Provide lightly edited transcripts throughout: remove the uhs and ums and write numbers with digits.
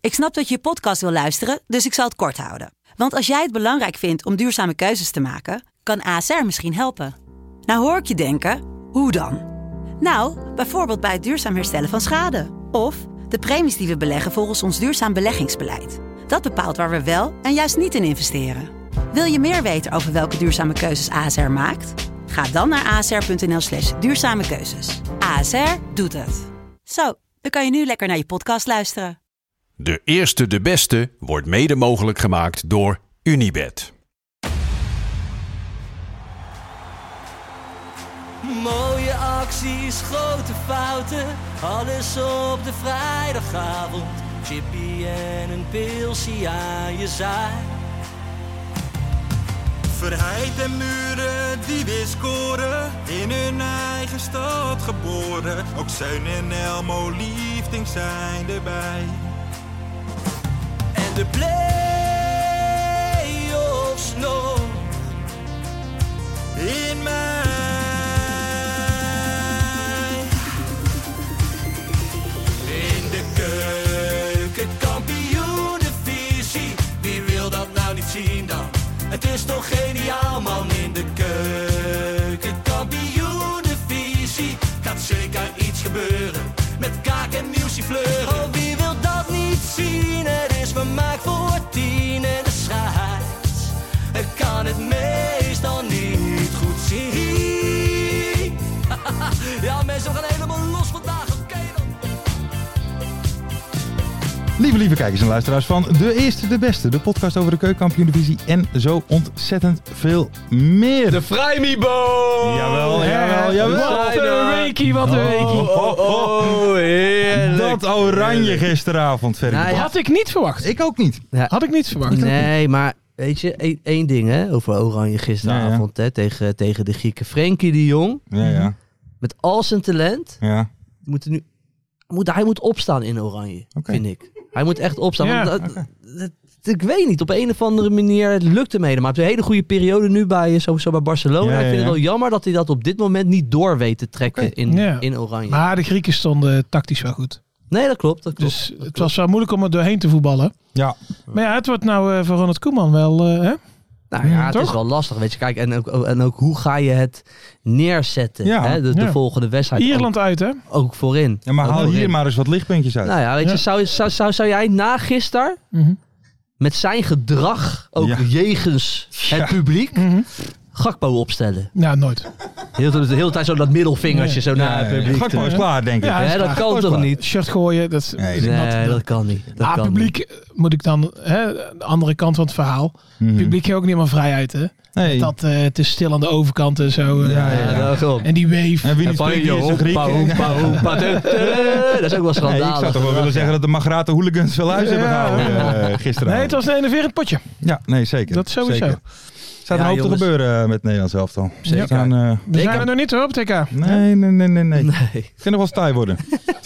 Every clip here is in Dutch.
Ik snap dat je podcast wil luisteren, dus ik zal het kort houden. Want als jij het belangrijk vindt om duurzame keuzes te maken, kan ASR misschien helpen. Nou hoor ik je denken, hoe dan? Nou, bijvoorbeeld bij het duurzaam herstellen van schade. Of de premies die we beleggen volgens ons duurzaam beleggingsbeleid. Dat bepaalt waar we wel en juist niet in investeren. Wil je meer weten over welke duurzame keuzes ASR maakt? Ga dan naar asr.nl/duurzame keuzes. ASR doet het. Zo, dan kan je nu lekker naar je podcast luisteren. De eerste, de beste wordt mede mogelijk gemaakt door Unibet. Mooie acties, grote fouten, alles op de vrijdagavond. Chippy en een pilsie aan je zaai. Verheid en Muren die weer scoren, in hun eigen stad geboren. Ook Zeun en Elmo Liefding zijn erbij. En de play-offs nog In mij. in de keuken, kampioenenvisie. Wie wil dat nou niet zien dan? Het is toch geniaal man, in de keuken, kampioenenvisie. Gaat zeker iets gebeuren, met kaak en nieuwsie fleuren. Oh, wie wil dat niet zien? Het is vermaakt voor 10 en de scheids. Ik kan het meestal niet goed zien. Ja mensen, we gaan helemaal los vandaag, oké dan. Lieve kijkers en luisteraars van De Eerste, de Beste. De podcast over de Keukenkampioen-divisie en zo ontzettend veel meer. De Vrijmibo! Jawel. Wat een weekie, wat een weekie. Heerlijk. Dat oranje gisteravond, Ferry. Nou ja. Had ik niet verwacht. Ik ook niet. Had ik niet verwacht. Nee, maar weet je, één ding hè, over Oranje gisteravond hè, tegen de Grieken. Frenkie de Jong, Ja. met al zijn talent, Ja. hij moet opstaan in Oranje, Oké. vind ik. Hij moet echt opstaan. Ja, Want ik weet niet, op een of andere manier het lukt hem helemaal. Hij heeft een hele goede periode nu bij Barcelona. Ja, Ik vind ja. het wel jammer dat hij dat op dit moment niet door weet te trekken Ja. in Oranje. Maar de Grieken stonden tactisch wel goed. Nee, dat klopt. Dus het was wel moeilijk om er doorheen te voetballen. Ja. Maar ja, het wordt nou voor Ronald Koeman wel... hè? Nou ja, het toch? is wel lastig, weet je. Kijk, en ook hoe ga je het neerzetten? Ja. Hè? De Ja. volgende wedstrijd. Ierland uit, hè? Ook voorin. Ja, maar Ook haal voorin. hier maar eens wat lichtpuntjes uit. Nou ja, weet je, zou jij na gisteren met zijn gedrag, ook Ja. jegens het publiek, Gakpo opstellen? Nou, nooit. De hele tijd zo dat middelvingertje zo naar het publiek. Gakpo is klaar, denk ik. Ja, Ja, dat kan toch niet? Shirt gooien, dat is... Nee, Nee, dat kan niet. Dat kan publiek moet ik dan... Hè, de andere kant van het verhaal. Publiek gaat ook niet helemaal vrij uit, hè? Nee. Dat het is stil aan de overkant en zo. Ja. daarom. En die wave. En wie niet spreekt, die is een Griek. Dat is ook wel Nee, ik schandalig. zou toch wel willen zeggen dat de Magrate hooligans veel huis hebben gehouden gisteravond. Nee, het was een enerverend potje. Ja, nee, zeker. Dat sowieso. Zeker. Staat een hoop te jongens. gebeuren met het Nederlands elftal. Zeker. We zijn er nog niet hoor, op TK. Nee. Nee. Het kan nog wel taai worden.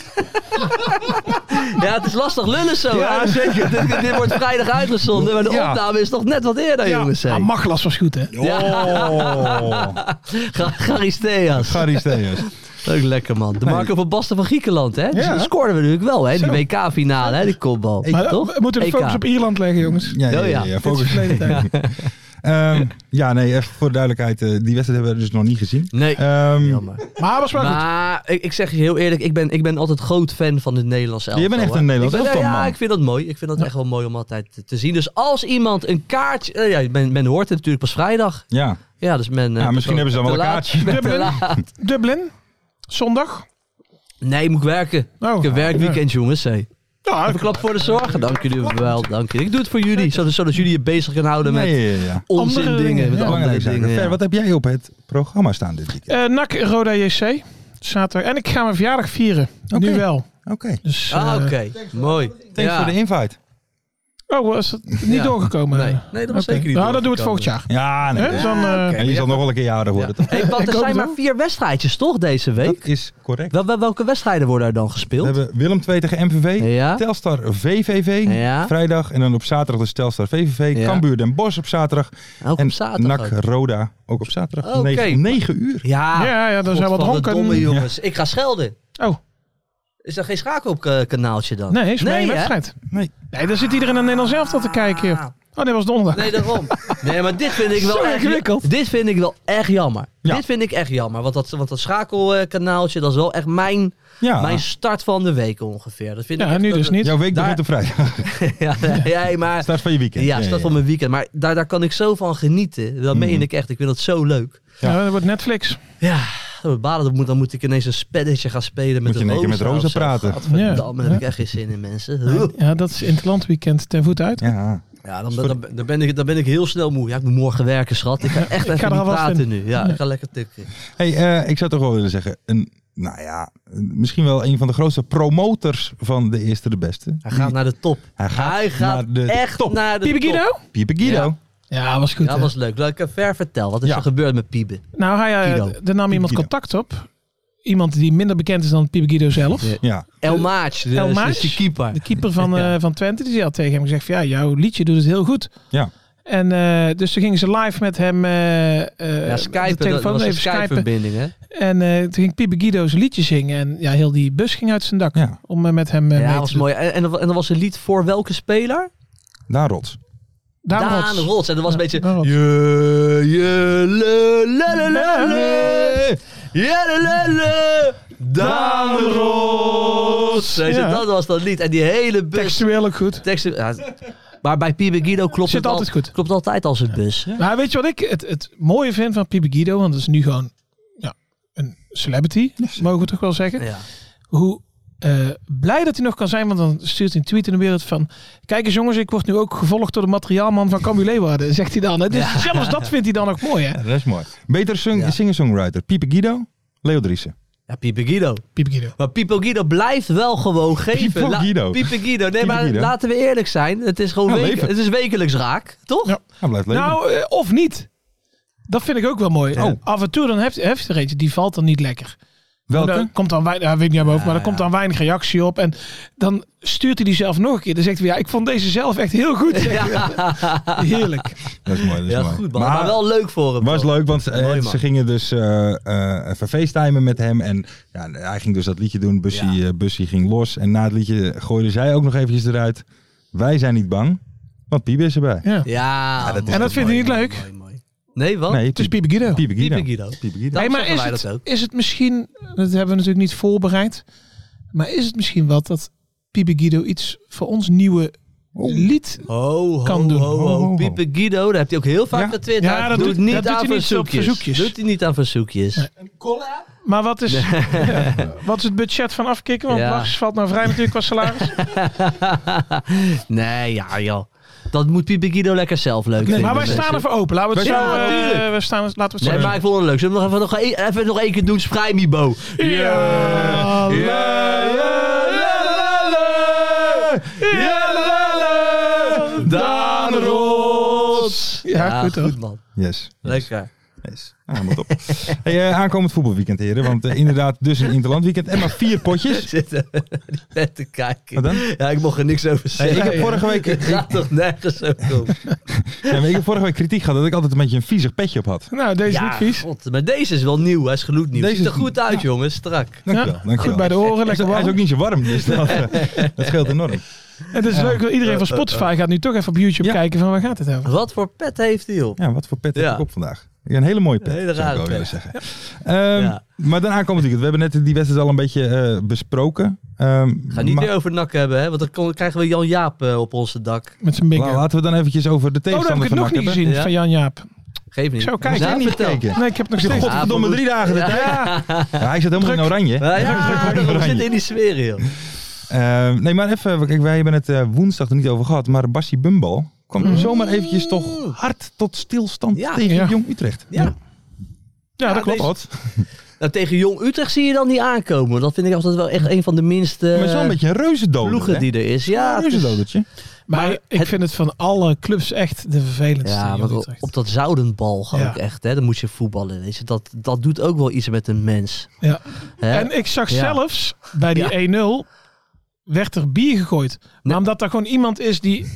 Ja, het is lastig lullen zo. Ja, hè? zeker. Dit wordt vrijdag uitgezonden, maar de Ja. opname is toch net wat eerder, jongens. Ah, Maglas was goed, hè? Oh, Charisteas. Charisteas. Ook lekker, man. De Marco van Basten van Griekenland, hè? Die Ja. scoorden we natuurlijk wel, hè? Die Zo. WK-finale, hè? Die kopbal. Maar toch? we moeten de EK. focus op Ierland leggen, jongens. Ja, focus. verleden tijd. Even voor de duidelijkheid. Die wedstrijd hebben we dus nog niet gezien. Nee. Jammer. Maar het was wel goed. Maar ik zeg je heel eerlijk, ik ben altijd groot fan van het Nederlandse elftal. Je bent echt hè. een Nederlands Ik ben- elftal, Ja, man. ik vind dat mooi. Ik vind dat echt wel mooi om altijd te zien. Dus als iemand een kaartje... men hoort het natuurlijk pas vrijdag. Ja. Ja, dus Misschien hebben ze dan wel een kaartje. Dublin. laat. Dublin. Zondag. Nee, moet ik werken. Oh. Ik heb werkweekend, jongens. Hey. Ja, Even klap voor de zorgen. Dank jullie wel. Dank je. Ik doe het voor jullie. Zodat jullie je bezig kunnen houden met Ja. onzin Andere dingen. dingen, Met ja. andere Belangrijke zaken. dingen. Fer, Ja. wat heb jij op het programma staan dit weekend? NAC Roda JC. Zaterdag. En ik ga mijn verjaardag vieren. Oké. Nu wel. Oké. Dus, Oké. Mooi. Thanks voor de invite. Oh, was het niet Ja. doorgekomen? Nee, dat was Oké. zeker niet Nou, dan doen we het doorgekomen. volgend jaar. Ja, nee. Hè? Dan, En je zal nog wel een keer jarig worden, toch? Hey, want Ik er hoop zijn het maar wel. 4 wedstrijdjes toch deze week? Dat is correct. Welke wedstrijden worden er dan We gespeeld? hebben Willem II tegen MVV, Ja. Telstar VVV, Ja. vrijdag. En dan op zaterdag dus Telstar VVV, Ja. Cambuur Den Bosch op zaterdag. Ook En op zaterdag. NAC ook. Roda ook op zaterdag. Oké. 9 uur. Ja, Ja, er zijn wat godverdomme, honken. jongens. Ik ga schelden. Oh, Is er geen schakelkanaaltje dan? Nee, is mijn hè? wedstrijd. Nee. Nee, daar zit iedereen aan Nederland zelf tot te kijken. joh. Oh, dit was donderdag. Nee, daarom. Nee, maar dit vind ik wel Zo echt... ingewikkeld. Dit vind ik wel echt jammer. Ja. Dit vind ik echt jammer. Want dat schakelkanaaltje, dat is wel echt mijn start van de week ongeveer. Dat vind ik Ja, echt, nu dus niet. Jouw week begint op vrijdag. ja, maar... Start van je weekend. Ja, start van mijn weekend. Maar daar kan ik zo van genieten. Dat meen ik echt. Ik vind dat zo leuk. Ja, dat wordt Netflix. Ja, dan moet ik ineens een spelletje gaan spelen met Moet je in één keer met Rosa of zo. praten. Gadverdamme, daar heb ik Ja. echt geen zin in, mensen. Ja, dat is Interlandweekend ten voet uit. Ja. Ja, dan ben ik heel snel moe. Ja, ik moet morgen werken, schat. Ik ga echt ga even er niet alvast praten in. nu. Ja, ik ga lekker tikken. Hey, ik zou toch wel willen zeggen, misschien wel een van de grootste promotors van de Eerste de Beste. Hij gaat naar de top. Hij gaat naar de echt top. Naar de Piepe top. Guido? Piepe Guido. Ja. Ja, was goed. Ja, hè? dat was leuk. Laat ik even vertellen. Wat is Ja. er gebeurd met Piepe? Nou, er nam iemand Guido. contact op. Iemand die minder bekend is dan Piepe Guido zelf. Ja. Ja. El Maach, El Maach, de keeper. De keeper van Twente. Die had tegen hem gezegd van, ja, jouw liedje doet het heel goed. Ja. En dus toen gingen ze live met hem Skype, de telefoon dat was een even skypen. Skype-verbinding, hè? En toen ging Piepe Guido zijn liedje zingen. En ja, heel die bus ging uit zijn dak. Ja. Om met hem mee Ja, te dat was doen. mooi. En dat was een lied voor welke speler? Daan Rots. Daan Rots. Rots. En dat was een beetje... Daan Rots. Daan Rots. Weet je, Ja. dat was dat lied. En die hele bus... Textueel ook goed. Maar bij Piepe Guido klopt Zit het altijd goed. Klopt altijd als een bus. Maar weet je wat ik het mooie vind van Piepe Guido? Want dat is nu gewoon een celebrity, mogen we toch wel zeggen. Ja. Hoe blij dat hij nog kan zijn, want dan stuurt hij een tweet in de wereld van... Kijk eens jongens, ik word nu ook gevolgd door de materiaalman van Cambuur Leeuwarden, zegt hij dan. Hè? Dus zelfs dat vindt hij dan nog mooi, hè? Ja, dat is mooi. Betere singer-songwriter. Piepe Guido, Leo Driessen. Ja, Piepe Guido. Piepe Guido. Maar Piepe Guido blijft wel gewoon geven. Piepe Guido. Piepe Guido. Nee, Piepe maar Guido. laten we eerlijk zijn. Het is gewoon leven. het is wekelijks raak, toch? Ja. Hij blijft leven. Nou, of niet. Dat vind ik ook wel mooi. Oh. Af en toe dan heeft hij er eentje, die valt dan niet lekker. Welke? Dan komt dan weinig, weet ik niet aan boven, maar er komt dan weinig reactie op. En dan stuurt hij die zelf nog een keer. Dan zegt hij, ja, ik vond deze zelf echt heel goed. Heerlijk. Dat is mooi. Dat is Ja, mooi. goed man. Maar wel leuk voor hem. Was toch? leuk, want Mooi, man. ze gingen dus even facetimen met hem. En ja, hij ging dus dat liedje doen. Bussie ging los. En na het liedje gooide zij ook nog eventjes eruit. Wij zijn niet bang, want Piepe is erbij. Ja. Ja, dat is mooi, En dat vindt hij niet mooi, leuk? mooi, mooi. Nee, wat? Nee, Het is Piepe Guido. Piepe Guido. Piepe Guido. Piepe Guido. Hey, maar zeggen wij is dat ook. het misschien, dat hebben we natuurlijk niet voorbereid, maar is het misschien wat dat Piepe Guido iets voor ons nieuwe lied... kan doen. Ho. Piepe Guido, daar heeft hij ook heel vaak Ja. getwitterd. Ja, dat doet doet- niet dat doet aan hij niet op verzoekjes. Doet hij niet aan verzoekjes. Nee. Maar wat is, wat is het budget van afkicken? Want Ja. Lars valt nou vrij natuurlijk qua salaris. Nee, ja joh. Dat moet Piepe Guido lekker zelf leuk vinden. Maar wij mensen. staan ervoor open. Laten we het Ja, zo, natuurlijk. laten we het zo Nee, maar ik vond het leuk. Zullen we even nog één keer doen? Sprijmibo. Ja, Daan Rots. Ja, goed hoor. man. Yes. Lekker. Yes. Ah, moet op. Hey, aankomend voetbalweekend, heren. Want inderdaad, dus een interlandweekend. En maar 4 potjes. Zitten die vet te kijken. Wat dan? Ja, ik mocht er niks over Hey, zeggen. ik heb vorige week... Het gaat toch nergens over. Ja, maar ik heb vorige week kritiek gehad dat ik altijd een beetje een viezig petje op had. Nou, deze is niet vies. God, maar deze is wel nieuw. Hij is gloednieuw. Deze Ziet er is- goed uit, jongens. Strak. Dankjewel. Ja, dankjewel. goed bij de oren, lekker Hij is warm. ook niet zo warm, dus dat scheelt enorm. Het is leuk, dat iedereen van Spotify gaat nu toch even op YouTube Ja. kijken van waar gaat het over. Wat voor pet heeft hij op? Ja, wat voor pet heb Ja. ik op vandaag? Een hele mooie pet, Een hele zou ik rare wel willen pet. zeggen. Ja. Maar dan aankomend weekend. We hebben net die wedstrijd al een beetje besproken. Ga niet maar- meer over NAC hebben, hè? Want dan krijgen we Jan Jaap op onze dak. Met zijn big. Laten we dan eventjes over de Oh, dan heb ik tegenstander het van nog NAC niet hebben. gezien Ja. van Jan Jaap. Geef niet. Ik zou kijken. Heb je niet vertel. gekeken? Nee, ik heb nog steeds. Godverdomme 3 dagen de tijd. Ja, Ja, hij zit helemaal in oranje. We zitten in die sfeer, joh. Nee, maar even. Kijk, wij hebben het woensdag er niet over gehad. Maar Bassie Bumbal kwam zomaar eventjes toch hard tot stilstand Ja. tegen Ja. Jong Utrecht. Ja. ja, dat klopt. Wat? Nou, tegen Jong Utrecht zie je dan niet aankomen. Dat vind ik altijd wel echt een van de minste Maar het is wel een beetje een reuzendoder. ploegen hè? die er is. Ja, Een het is- reuzendodertje. Maar Maar ik het- vind het van alle clubs echt de vervelendste. Ja, Jong want Utrecht. op dat Zoudenbal Ja. ook echt, hè. Dan moet je voetballen. Weet je. Dat doet ook wel iets met een mens. Ja. Hè? En ik zag Ja. zelfs bij die Ja. 1-0 werd er bier gegooid. Maar omdat er gewoon iemand is die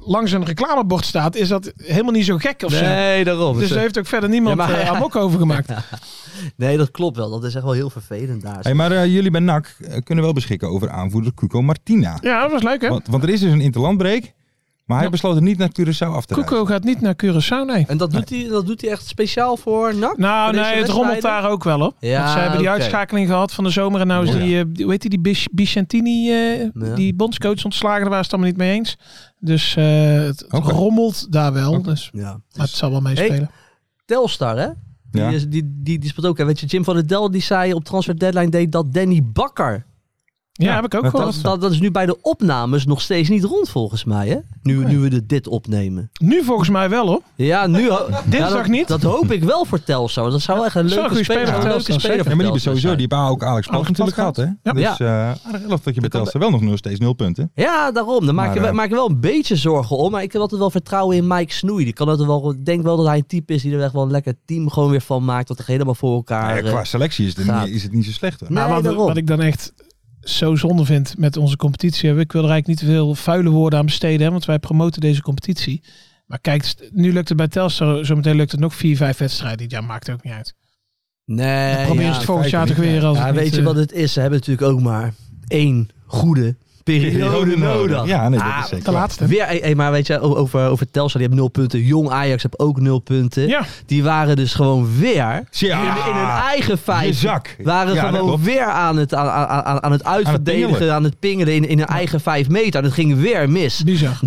langs een reclamebord staat, is dat helemaal niet zo gek of zo. Nee, daarom. Dus daar heeft ook verder niemand amok over gemaakt. Nee, dat klopt wel. Dat is echt wel heel vervelend daar. Hey, maar jullie bij NAC kunnen wel beschikken over aanvoerder Cuco Martina. Ja, dat was leuk hè? Want er is dus een interlandbreak, maar hij besloot er niet naar Curaçao af te reizen. Cuco gaat niet naar Curaçao, nee. En dat doet hij echt speciaal voor NAC? Nou, voor nee, deze het rommelt wedstrijden? daar ook wel op. Ja, Want ze hebben die uitschakeling gehad van de zomer. En nou is hoe heet die Biscentini, die bondscoach ontslagen. Daar waren ze het allemaal niet mee eens. Dus het rommelt daar wel. Dus, Ja. maar het zal wel meespelen. Hey, Telstar, hè? Die speelt ook. Hè? Weet je, Jim van der Del die zei op Transfer Deadline Day dat Danny Bakker. Ja, heb ik ook gehoord. Dat is nu bij de opnames nog steeds niet rond volgens mij, hè? Nu we dit opnemen. Nu volgens mij wel, hoor. Ja, nu... Dinsdag niet. Dat hoop ik wel voor Telstar. Dat zou echt een leuke speler voor Telstar. Ja, maar die hebben sowieso, die hebben ook Alex Plat natuurlijk gehad, hè? Ja. Dus aardig elf dat je bij Telstar wel nog steeds 0 punten. Ja, daarom. Daar maak je wel een beetje zorgen om. Maar ik heb altijd wel vertrouwen in Mike Snoei. Ik denk wel dat hij een type is die er echt wel een lekker team gewoon weer van maakt. Dat er helemaal voor elkaar Qua selectie is het niet zo slecht, hoor. Nee, wat ik dan echt zo zonde vind met onze competitie. Ik wil er eigenlijk niet te veel vuile woorden aan besteden. Hè, want wij promoten deze competitie. Maar kijk, nu lukt het bij Telstar. Zometeen lukt het nog 4-5 wedstrijden. Ja, maakt ook niet uit. Nee. Probeer het volgend jaar toch weer. Als weet je wat het is? Ze hebben natuurlijk ook maar 1 goede periode nodig. Ja, nee, dat is zeker. De laatste. Weer, maar weet je, over Telstar, die hebben 0 punten. Jong Ajax heeft ook 0 punten. Ja. Die waren dus gewoon weer in hun eigen 5. Waren gewoon weer aan het uitverdedigen, aan het pingelen in hun eigen 5 meter. Dat ging weer mis. Bizar.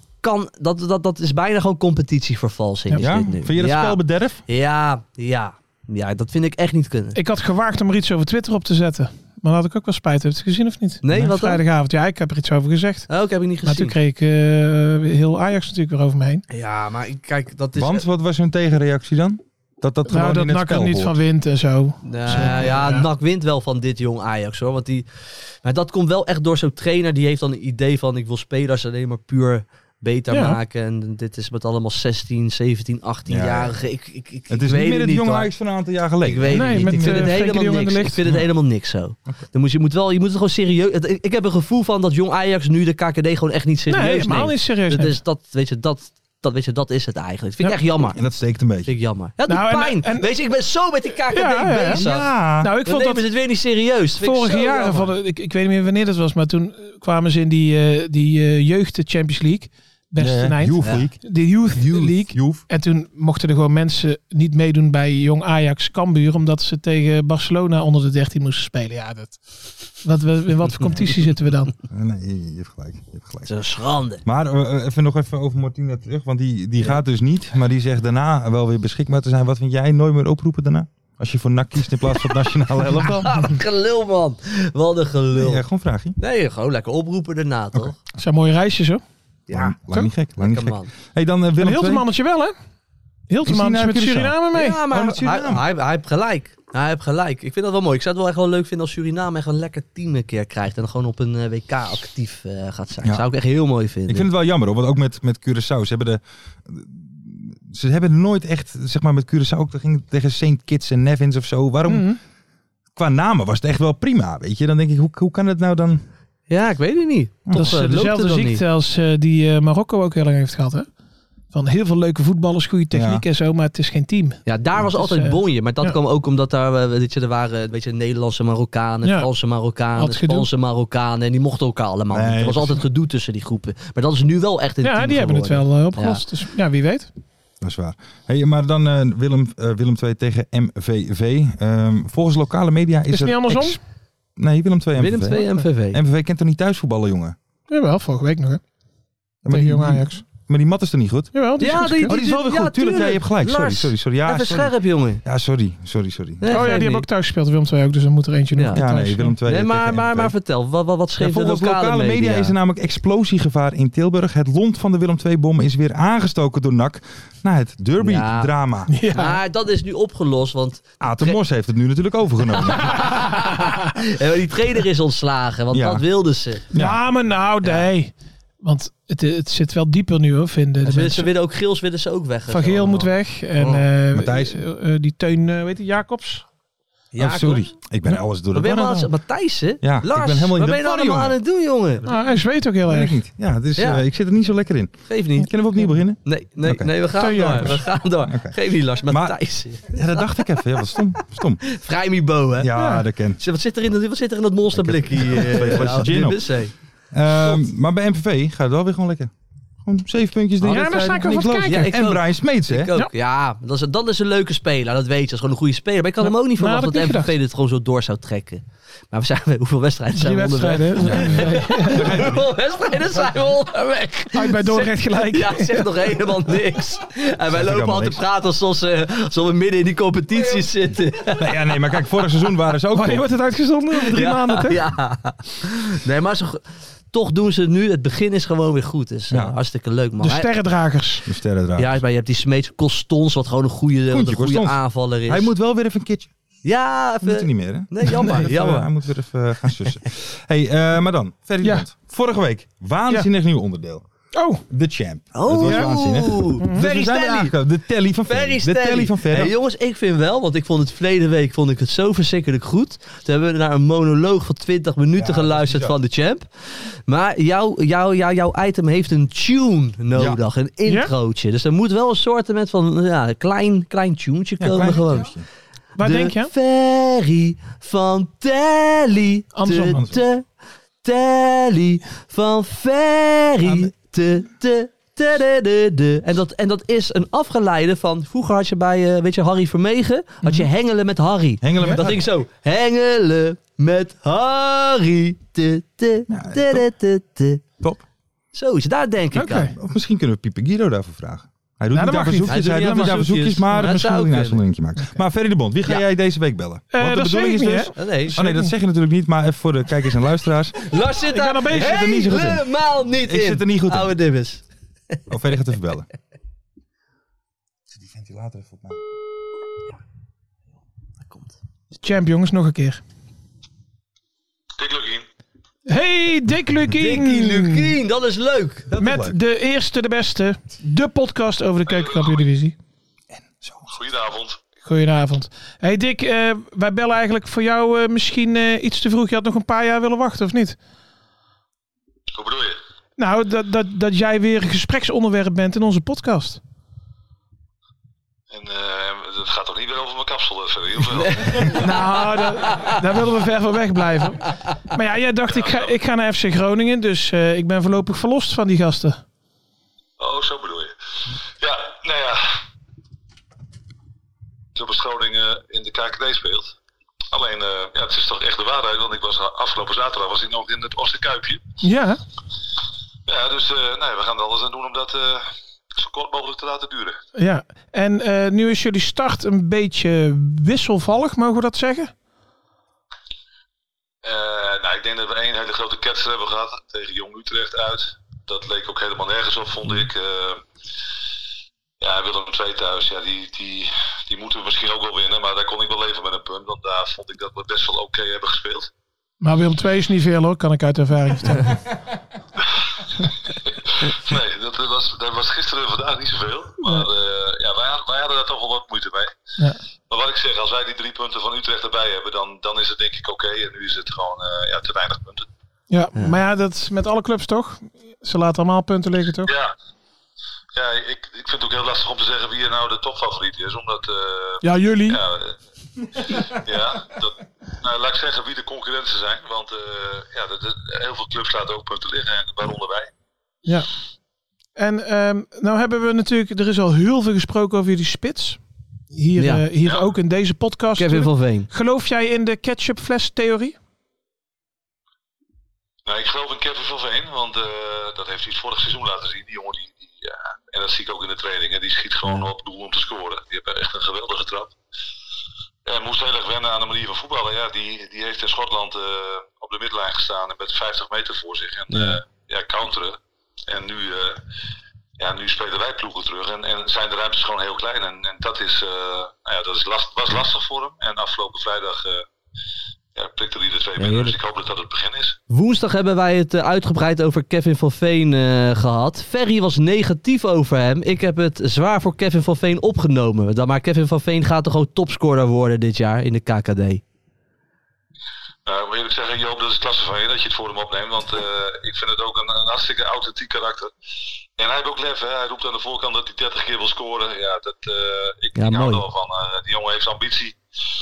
Dat is bijna gewoon competitievervalsing. Ja? Vind je dat spelbederf? Ja, dat vind ik echt niet kunnen. Ik had gewaagd om er iets over Twitter op te zetten. Maar dat had ik ook wel spijt. Heb je het gezien of niet? Nee, wat vrijdagavond. Ja, ik heb er iets over gezegd. Ook heb ik niet gezien. Maar toen kreeg ik heel Ajax natuurlijk weer over me heen. Ja, maar kijk, dat is... Want, wat was hun tegenreactie dan? Dat gewoon dat NAC er niet van wint en zo. NAC wint wel van dit jong Ajax, hoor. Maar dat komt wel echt door zo'n trainer. Die heeft dan een idee van, ik wil spelers alleen maar puur beter maken. En dit is met allemaal 16, 17, 18-jarigen. Het is niet meer het jong Ajax van een aantal jaar geleden. Ik weet het niet. Ik vind het helemaal niks. Ik vind het helemaal niks zo. Okay. Je moet het gewoon serieus... Ik heb een gevoel van dat jong Ajax nu de KKD gewoon echt niet serieus neemt. Nee, helemaal niet serieus. Dus dat is het eigenlijk. Dat vind ik echt jammer. En dat steekt een beetje. Vind ik jammer. Ja, dat doet pijn. Weet je, ik ben zo met die KKD bezig. Ja. Nou, ik vond dat het weer niet serieus. Vorige jaren, ik weet niet meer wanneer dat was, maar toen kwamen ze in die jeugd Champions League. Beste Youth League. De Youth League. Youth. En toen mochten er gewoon mensen niet meedoen bij Jong Ajax Cambuur, omdat ze tegen Barcelona onder de 13 moesten spelen. Ja, in wat voor competitie zitten we dan? Nee, je hebt gelijk. Dat is een schande. Maar nog even over Martina terug, want die gaat dus niet, maar die zegt daarna wel weer beschikbaar te zijn. Wat vind jij? Nooit meer oproepen daarna? Als je voor NAC kiest in plaats van het nationale elftal? Wat een gelul, man. Wat een gelul. Ja, gewoon vraagje. Nee, gewoon lekker oproepen daarna, toch? Het zijn mooie reisjes, hoor. Ja, lang niet gek. Lang niet gek. Hey, dan Willem een Hiltemannetje wel, hè? Hiltemannetje met Suriname mee. Ja, maar hij heeft gelijk. Hij heeft gelijk. Ik vind dat wel mooi. Ik zou het wel echt wel leuk vinden als Suriname echt een lekker team een keer krijgt. En gewoon op een WK actief gaat zijn. Dat zou ik echt heel mooi vinden. Ik vind het wel jammer, hoor. Want ook met Curaçao. Ze hebben nooit echt, zeg maar met Curaçao, ook ging tegen St. Kitts en Nevins of zo. Waarom? Qua namen was het echt wel prima, weet je. Dan denk ik, hoe kan het nou dan... Ja, ik weet het niet. Dat is dezelfde ziekte als die Marokko ook heel lang heeft gehad, hè? Van heel veel leuke voetballers, goede techniek en zo, maar het is geen team. Ja, daar was altijd bonje. Maar dat kwam ook omdat er waren Nederlandse Marokkanen, Franse Marokkanen, Spaanse Marokkanen. En die mochten elkaar allemaal niet. Er was altijd gedoe tussen die groepen. Maar dat is nu wel echt een team die hebben het wel opgelost. Dus ja, wie weet. Dat is waar. Hey, maar dan Willem II tegen MVV. Volgens lokale media is het niet andersom? Nee, Willem II MVV. Willem II MVV. MVV kent toch niet thuis voetballen, jongen? Jawel, vorige week nog, hè? Tegen Jong Ajax. Maar die mat is er niet goed? Jawel, die is wel weer goed. Tuurlijk, ja, je hebt gelijk. Sorry. Ja, even scherp, jongen. Ja, sorry. Nee, die hebben ook thuis gespeeld, Willem II ook. Dus dan moet er eentje nog thuis. Willem II. Nee, maar vertel, wat schreef de lokale media? Is er namelijk explosiegevaar in Tilburg. Het lont van de Willem II-bom is weer aangestoken door NAC na het derby-drama. Ja. Maar dat is nu opgelost, want... Aten Mos heeft het nu natuurlijk overgenomen. Die trainer is ontslagen, want dat wilden ze. Ja, maar nou, nee. Want het zit wel dieper nu, hoor, vinden ze willen ook Geels willen ze ook weg. Van Geel moet weg. En Matthijs. die Teun, weet je, Jacobs. Ja, sorry. Ik ben alles door de Wat ben je war. allemaal Matthijs, hè? Ja, Lars, ik ben helemaal in wat de ben je nou war, allemaal aan jongen. het doen, jongen? Nou, hij zweet ook heel Weet ik erg. niet. Ja, dus Ja. ik zit er niet zo lekker in. Geef niet. Kunnen we opnieuw beginnen? Nee, Oké. we gaan door. Teunjagers. We gaan door. Oké. Geef niet, Lars. Maar- Matthijs. Ja, dat dacht ik even. Ja, wat stom. Vrijmibo, hè? Ja, dat ken. Wat zit er in dat monsterblikje? twee flesjes gin op. Maar bij MVV gaat het wel weer gewoon lekker. Gewoon 7 puntjes. Ja, daar sta ik wel van te kijken. Ja, ik en ook. Brian Smeets, hè? Ik ook. Ja, dat is een leuke speler. Dat weet je. Dat is gewoon een goede speler. Maar ik had hem ook niet verwacht dat dat heb ik MVV dit gewoon zo door zou trekken. Maar hoeveel wedstrijden 3 zijn we onderweg? wedstrijden. Hoeveel wedstrijden zijn we onderweg? Uit bij Dordrecht gelijk. Ja, zegt nog helemaal niks. En wij lopen helemaal al te niks. praten alsof we midden in die competitie zitten. Nee, maar kijk, vorig seizoen waren ze ook Wanneer top. wordt het uitgezonden? Over 3 maanden, hè? Ja. Nee, maar toch doen ze het nu. Het begin is gewoon weer goed. Dus Ja. hartstikke leuk, man. De sterrendragers. De sterrendraad. Ja, maar je hebt die Smeets Costons, wat gewoon een goede Costons. aanvaller is. Hij moet wel weer even een keertje. Ja, Dat moet hij even... niet meer, hè? Nee, jammer. Jammer. Hij moet weer even gaan sussen. Maar dan, Ferdinand. Vorige week, waanzinnig nieuw onderdeel. Oh, De Champ. Oh, dat was waanzinnig. Ferry Dus we zijn Stelly. aangekomen. De telly van Ferry. De telly van Ferry. Hey, jongens, ik vind wel, want ik vond het verleden week het zo verschrikkelijk goed. Toen hebben we naar een monoloog van 20 minuten Ja, geluisterd dat is van de Champ. Maar jouw item heeft een tune nodig, een introotje. Dus er moet wel een soort van klein tune'tje komen klein gewoon. tune'tje. waar de denk je? Ferry van Telly. Andersom. Telly van Ferry. En dat is een afgeleide van... Vroeger had je bij, Harry Vermegen... had je Hengelen met Harry. Hengelen met dat Harry. ging zo. Hengelen met Harry. Top. Zoiets, daar denk ik Oké. aan. Of misschien kunnen we Pieper Guido daarvoor vragen. Hij doet Nou, niet dat aan mag niet. verzoekjes, Hij hij doet doet niet niet aan aan verzoekjes, maar verzoekjes. misschien Dat moet hij zou een uitzonderingje maken. Maar Ferry de Bond, wie ga Ja. jij deze week bellen? Want de dat bedoeling zeg is ik dus... niet, Nee, Oh nee, dat zeg je natuurlijk niet, maar even voor de kijkers en luisteraars. Lars zit ben daar al bezig. Ik zit er niet zo goed in. helemaal niet in. Ik zit er niet goed in. Oude dibbes. Oh, Ferry gaat even bellen. Zet die ventilator even op mij. Champ, jongens, nog een keer. Dick Lugien. Hey, Dick Lukien. Dikkie Lukien, dat is leuk. Met de eerste, de beste. De podcast over de Keukenkampioen-divisie. Goedenavond. Goedenavond. Hey Dick, wij bellen eigenlijk voor jou misschien iets te vroeg. Je had nog een paar jaar willen wachten, of niet? Hoe bedoel je? Nou, dat jij weer een gespreksonderwerp bent in onze podcast. En het gaat toch niet weer over mijn kapsel, Ferry? Heel veel. Nou, daar willen we ver van weg blijven. Maar ja, jij dacht, ik ga naar FC Groningen. Dus ik ben voorlopig verlost van die gasten. Oh, zo bedoel je. Ja, nou ja. Zoals Groningen in de KKD speelt. Alleen, het is toch echt de waarheid. Want ik was afgelopen zaterdag was ik nog in het Oosterkuipje. Ja, Ja, dus we gaan er alles aan doen om dat zo kort mogelijk te laten duren. ja. En nu is jullie start een beetje wisselvallig, mogen we dat zeggen? Ik denk dat we één hele grote ketser hebben gehad tegen Jong Utrecht uit. Dat leek ook helemaal nergens op, vond ik. Willem II thuis, ja, die moeten we misschien ook wel winnen. Maar daar kon ik wel leven met een punt. Want daar vond ik dat we best wel oké hebben gespeeld. Maar Willem II is niet veel hoor, kan ik uit ervaring vertellen. Nee, dat was gisteren en vandaag niet zoveel. Maar wij hadden daar toch wel wat moeite mee. Ja. Maar wat ik zeg, als wij die 3 punten van Utrecht erbij hebben, dan is het denk ik oké. En nu is het gewoon te weinig punten. Ja, maar ja, dat is met alle clubs toch? Ze laten allemaal punten liggen toch? Ja, ik vind het ook heel lastig om te zeggen wie er nou de topfavoriet is. Omdat, Ja, jullie. laat ik zeggen wie de concurrenten zijn. Want heel veel clubs laten ook punten liggen, en waaronder wij. Ja. En nou hebben we natuurlijk, er is al heel veel gesproken over jullie spits. Hier ook in deze podcast. Kevin van Veen. Geloof jij in de ketchupfles theorie? Nou, ik geloof in Kevin van Veen, want dat heeft hij het vorig seizoen laten zien. Die jongen, en dat zie ik ook in de trainingen, die schiet gewoon op doel om te scoren. Die heeft echt een geweldige trap. Ja, moest heel erg wennen aan de manier van voetballen. Ja, die heeft in Schotland op de middenlijn gestaan en met 50 meter voor zich. En counteren. En nu spelen wij ploegen terug. En zijn de ruimtes gewoon heel klein. En dat was lastig voor hem. En afgelopen vrijdag prikte hij er 2 binnen. Dus ik hoop dat dat het begin is. Woensdag hebben wij het uitgebreid over Kevin van Veen gehad. Ferry was negatief over hem. Ik heb het zwaar voor Kevin van Veen opgenomen. Maar Kevin van Veen gaat toch gewoon topscorer worden dit jaar in de KKD? Ik moet eerlijk zeggen, Joop, dat is klasse van je dat je het voor hem opneemt. Want ik vind het ook een hartstikke authentiek karakter. En hij heeft ook lef, hè. Hij roept aan de voorkant dat hij 30 keer wil scoren. Ja, ik hou er wel van. Die jongen heeft ambitie.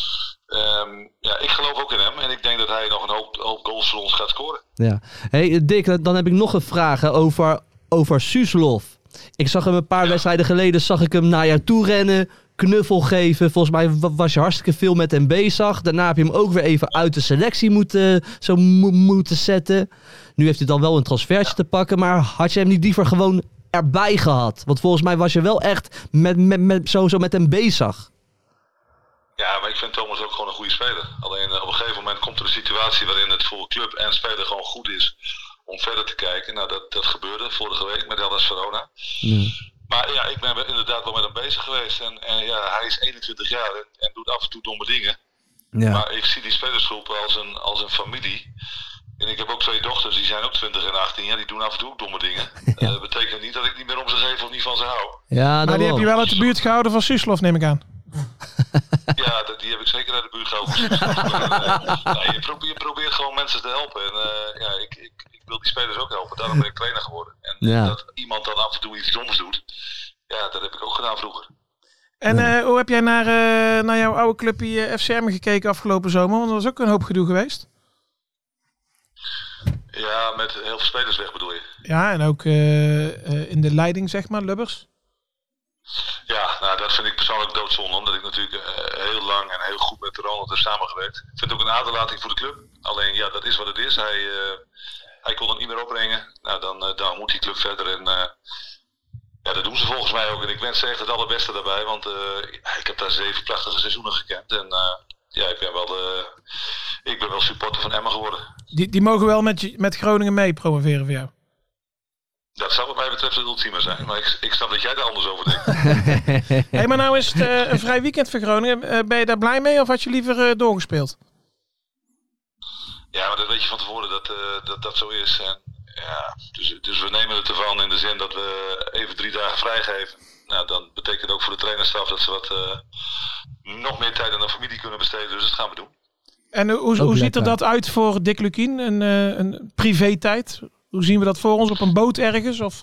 Ik geloof ook in hem. En ik denk dat hij nog een hoop goals voor ons gaat scoren. Ja. Hey Dick, dan heb ik nog een vraag over Suslov. Ik zag hem een paar wedstrijden geleden naar jou toe rennen. Knuffel geven. Volgens mij was je hartstikke veel met hem bezig. Daarna heb je hem ook weer even uit de selectie moeten zetten. Nu heeft hij dan wel een transfertje te pakken. Maar had je hem niet liever gewoon erbij gehad? Want volgens mij was je wel echt sowieso met hem bezig. Ja, maar ik vind Thomas ook gewoon een goede speler. Alleen op een gegeven moment komt er een situatie waarin het voor club en speler gewoon goed is om verder te kijken. Nou, dat gebeurde vorige week met Hellas Verona. Ja. Maar ja, ik ben inderdaad wel met hem bezig geweest. En hij is 21 jaar en doet af en toe domme dingen. Ja. Maar ik zie die spelersgroep als een familie. En ik heb ook 2 dochters, die zijn ook 20 en 18 jaar. Die doen af en toe ook domme dingen. Ja. Dat betekent niet dat ik niet meer om ze geef of niet van ze hou. Ja, maar die heb je wel uit de buurt gehouden van Suslov, neem ik aan. Ja, die heb ik zeker uit de buurt gehouden. Je probeert gewoon mensen te helpen. En ik wil die spelers ook helpen. Daarom ben ik trainer geworden. En dat iemand dan af en toe iets doms doet. Ja, dat heb ik ook gedaan vroeger. En hoe heb jij naar jouw oude clubje FCM gekeken afgelopen zomer? Want er was ook een hoop gedoe geweest. Ja, met heel veel spelers weg bedoel je? Ja, en ook in de leiding, zeg maar, Lubbers. Ja, nou dat vind ik persoonlijk doodzonde, omdat ik natuurlijk heel lang en heel goed met Ronald heb samengewerkt. Ik vind het ook een aderlating voor de club. Alleen ja, dat is wat het is. Hij kon het niet meer opbrengen. Nou, dan moet die club verder en dat doen ze volgens mij ook. En ik wens ze echt het allerbeste daarbij, want ik heb daar 7 prachtige seizoenen gekend. En ik ben wel supporter van Emmen geworden. Die mogen wel met Groningen mee promoveren voor jou? Dat zou wat mij betreft het ultieme zijn, maar ik snap dat jij daar anders over denkt. Hey, maar nou is het een vrij weekend voor Groningen. Ben je daar blij mee of had je liever doorgespeeld? Ja, maar dat weet je van tevoren dat zo is. En, dus we nemen het ervan in de zin dat we even 3 dagen vrijgeven. Nou, dan betekent het ook voor de trainerstaf dat ze wat nog meer tijd aan de familie kunnen besteden. Dus dat gaan we doen. En hoe ziet er dat uit voor Dick Lukien? Een privé-tijd? Hoe zien we dat voor ons? Op een boot ergens? Of?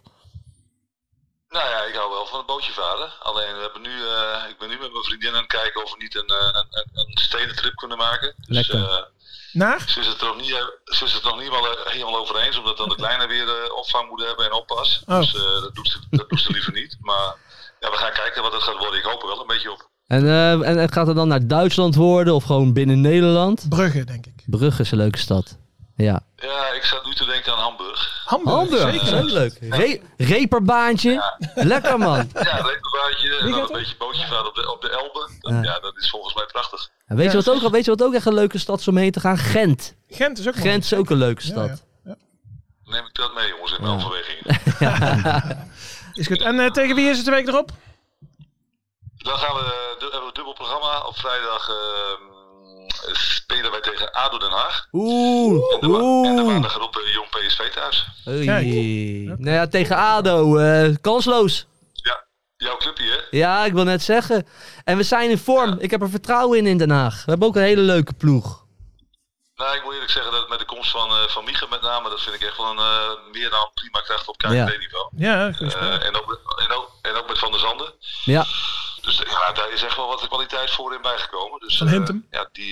Nou ja, ik hou wel van het bootje varen. Alleen, ik ben nu met mijn vriendin aan het kijken of we niet een stedentrip kunnen maken. Dus, ze is het nog niet wel helemaal over eens, omdat dan de kleine weer opvang moeten hebben en oppas. Oh. Dus dat doet ze liever niet. Maar ja, we gaan kijken wat het gaat worden. Ik hoop er wel een beetje op. En gaat het dan naar Duitsland worden of gewoon binnen Nederland? Brugge, denk ik. Brugge is een leuke stad. Ja. Ja, ik zat nu te denken aan Hamburg. Hamburg, zeker. Ook leuk. Reperbaantje. Ja. Lekker man. Ja, reperbaantje. En dan een beetje bootje varen op de Elbe. Dat is volgens mij prachtig. En weet je wat ook echt een leuke stad is om heen te gaan? Gent. Gent is ook Gent is ook een leuke stad. Ja. Neem ik dat mee jongens in mijn overwegingen. Is goed. En tegen wie is het de week erop? Dan hebben we een dubbel programma. Op vrijdag spelen wij tegen ADO Den Haag. En de maandag erop Jong PSV thuis. Nou ja, tegen ADO. Kansloos. Ja, jouw clubje hè? Ja, ik wil net zeggen. En we zijn in vorm. Ja. Ik heb er vertrouwen in Den Haag. We hebben ook een hele leuke ploeg. Nou, ik moet eerlijk zeggen dat met de komst van Mieke met name, dat vind ik echt wel een meer dan prima kracht op KKD-niveau. Ja, goed. En ook met Van der Zanden. Ja. Dus daar is echt wel wat de kwaliteit voor in bijgekomen. Dus, van Hintem?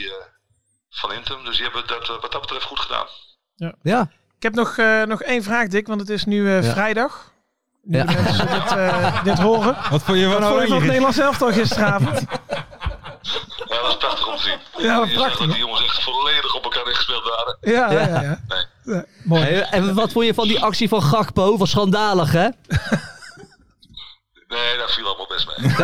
Van Hintem. Dus die hebben dat wat dat betreft goed gedaan. Ja. Ik heb nog 1 vraag, Dick, want het is nu vrijdag. Nu mensen dit horen. Wat vond je van het Nederlands elftal gisteravond? Ja, dat was prachtig om te zien. Ja, je zag dat die jongens echt volledig op elkaar ingespeeld waren. Ja. Nee. Ja, mooi. En wat vond je van die actie van Gakpo? Was schandalig, hè? Nee, dat viel allemaal best mee.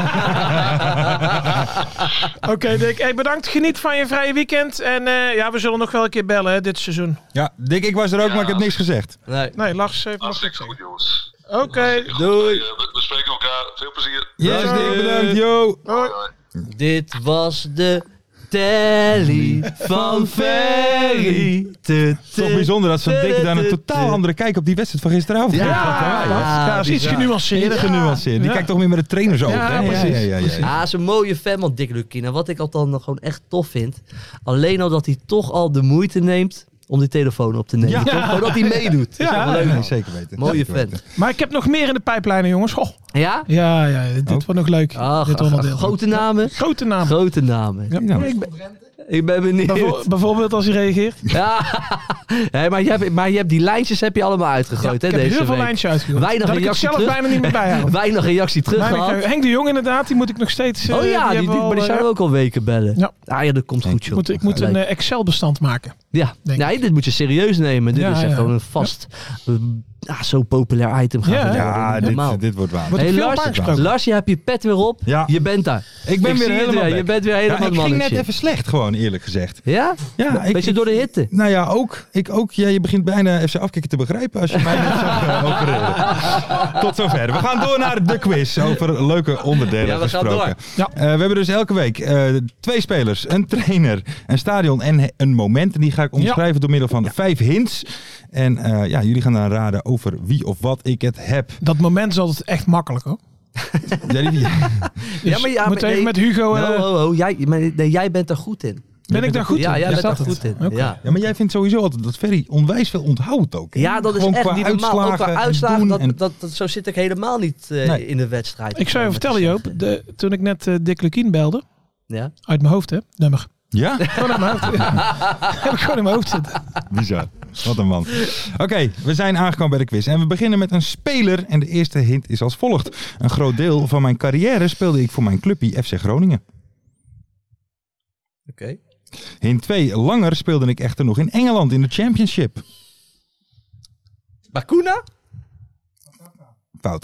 Oké, Dick. Hey, bedankt. Geniet van je vrije weekend. En we zullen nog wel een keer bellen hè, dit seizoen. Ja, Dick, ik was er ook, maar ik heb niks gezet. Nee, Lars heeft nog niks goed, jongens. Oké. Doei. We spreken elkaar. Veel plezier. Yes, Dick, bedankt. Yo. Hoi. Dit was de Telly van Ferry. Het is toch bijzonder dat ze denken aan een totaal andere kijk op die wedstrijd van gisteravond. Ja, is iets genuanceerder. Genuanceerd. Die kijkt toch meer met de trainers over. Ja, hè? precies. Ja, is een mooie fan van Dick Lukien. En wat ik altijd dan gewoon echt tof vind. Alleen al dat hij toch al de moeite neemt om die telefoon op te nemen. Ja. Toch? Gewoon dat hij meedoet. Dat is echt leuk, man. Zeker weten. Mooie Zeker fan. weten. Maar ik heb nog meer in de pijplijnen, jongens. Goh. Ja? Ja, dit wordt nog leuk. Dit onderdeel. Grote namen. Grote naam. Grote namen. Ja. Nou, Ik ben benieuwd. Bijvoorbeeld als hij reageert. Ja. Nee, maar je hebt die lijntjes heb je allemaal uitgegooid, hè, ik heb deze heel veel week. lijntjes uitgegooid. Weinig dat ik het reactie zelf terug. bijna niet meer bijhoud. Weinig reactie terug gehad. Henk de Jong inderdaad, die moet ik nog steeds... Oh ja, die zouden we ook al weken bellen. Ja. Ah ja, dat komt goed, joh. Ik moet een Excel-bestand maken. Ja, denk nee, dit moet je serieus nemen. Dit Ja, is echt ja. gewoon een vast, zo populair item. dit wordt waar. Wordt Hey, veel Lars, aangesproken. Lars, je hebt je pet weer op. Ja. Je bent daar. Ik ben Ik weer zie het helemaal weer. back. Je bent weer helemaal ik ging mannetje. net even slecht gewoon, eerlijk gezegd. Ja? Ja, Beetje door de hitte. Nou ja, ik ook. Ja, je begint bijna FC Afkikken te begrijpen als je mij net zag opereren. Tot zover. We gaan door naar de quiz over leuke onderdelen Ja, we gaan gesproken. door. We hebben dus elke week 2 spelers, een trainer, een stadion en een moment. En die ga ik omschrijven door middel van 5 hints. En jullie gaan dan raden over wie of wat ik het heb. Dat moment is altijd echt makkelijk, hoor. Ja, maar moet even met Hugo... Jij bent er goed in. Ben ik daar goed in? Ja, jij Is bent er dat het? goed in. Oké. Ja. Ja, maar jij vindt sowieso altijd dat Ferry onwijs veel onthoudt ook. Hè? Ja, dat is Gewoon echt qua niet normaal. Ook qua en uitslagen, doen en- dat, zo zit ik helemaal niet Nee. in de wedstrijd. Ik zou je vertellen, Joop. Toen ik net Dick Lukien belde, Ja? uit mijn hoofd, hè, nummer. Ja? Gewoon uit mijn hoofd. Heb ik gewoon in mijn hoofd zitten. Bizar. Wat een man. Oké, we zijn aangekomen bij de quiz. En we beginnen met een speler. En de eerste hint is als volgt. Een groot deel van mijn carrière speelde ik voor mijn clubje FC Groningen. Oké. Hint 2. Langer speelde ik echter nog in Engeland in de Championship. Bakuna? Fout.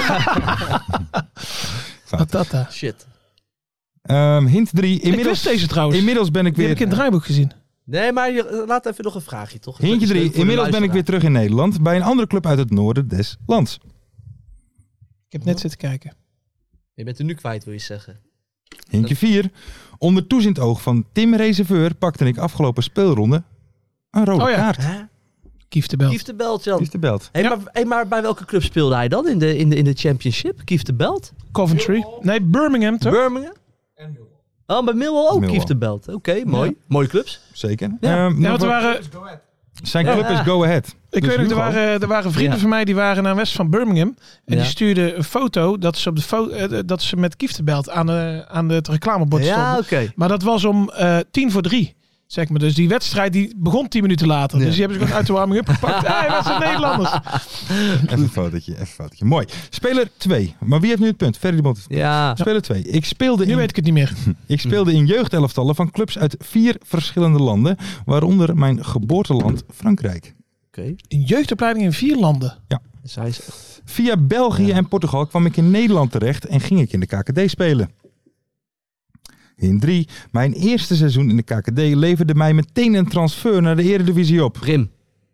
Patata. Shit. Hint 3. Ik wist deze trouwens. Inmiddels ben ik Die heb ik in het weer... draaiboek gezien. Nee, maar laat even nog een vraagje, toch? Hintje 3. Inmiddels ben ik weer terug in Nederland. Bij een andere club uit het noorden des lands. Ik heb net zitten kijken. Je bent er nu kwijt, wil je zeggen. Hintje 4. Onder toezicht oog van Tim Reserveur pakte ik afgelopen speelronde een rode Oh ja. kaart. Kief de bel. Kief de Belt, Jan. Kies de belt. Maar bij welke club speelde hij dan in de Championship? Kief de Belt? Coventry. Nee, Birmingham, toch? Birmingham? Oh, bij Millwall ook Millwall. Kief de Belt. Oké, mooi. Ja. Mooie clubs. Zeker. Ja, Nog want er wat- waren... Zijn club is Go Ahead. Ik Dus weet nog, Hugo. er waren vrienden Ja. van mij die waren naar west van Birmingham. En Ja. die stuurden een foto dat ze, op de dat ze met Kieftenbelt aan het reclamebord Ja, stonden. oké. Maar dat was om 2:45. Zeg maar. Dus die wedstrijd die begon 10 minuten later. Ja. Dus die hebben ze gewoon uit de warming up gepakt. Hey, wat zijn Nederlanders. Even een fotootje. Mooi. Speler 2. Maar wie heeft nu het punt? Ferry de Bond. Ja. Speler 2. Nu weet ik het niet meer. Ik speelde in jeugdelftallen van clubs uit 4 verschillende landen. Waaronder mijn geboorteland Frankrijk. Oké. Een jeugdopleiding in 4 landen. Dus hij is... Via België en Portugal kwam ik in Nederland terecht en ging ik in de KKD spelen. In 3. Mijn eerste seizoen in de KKD leverde mij meteen een transfer naar de Eredivisie op. Prim.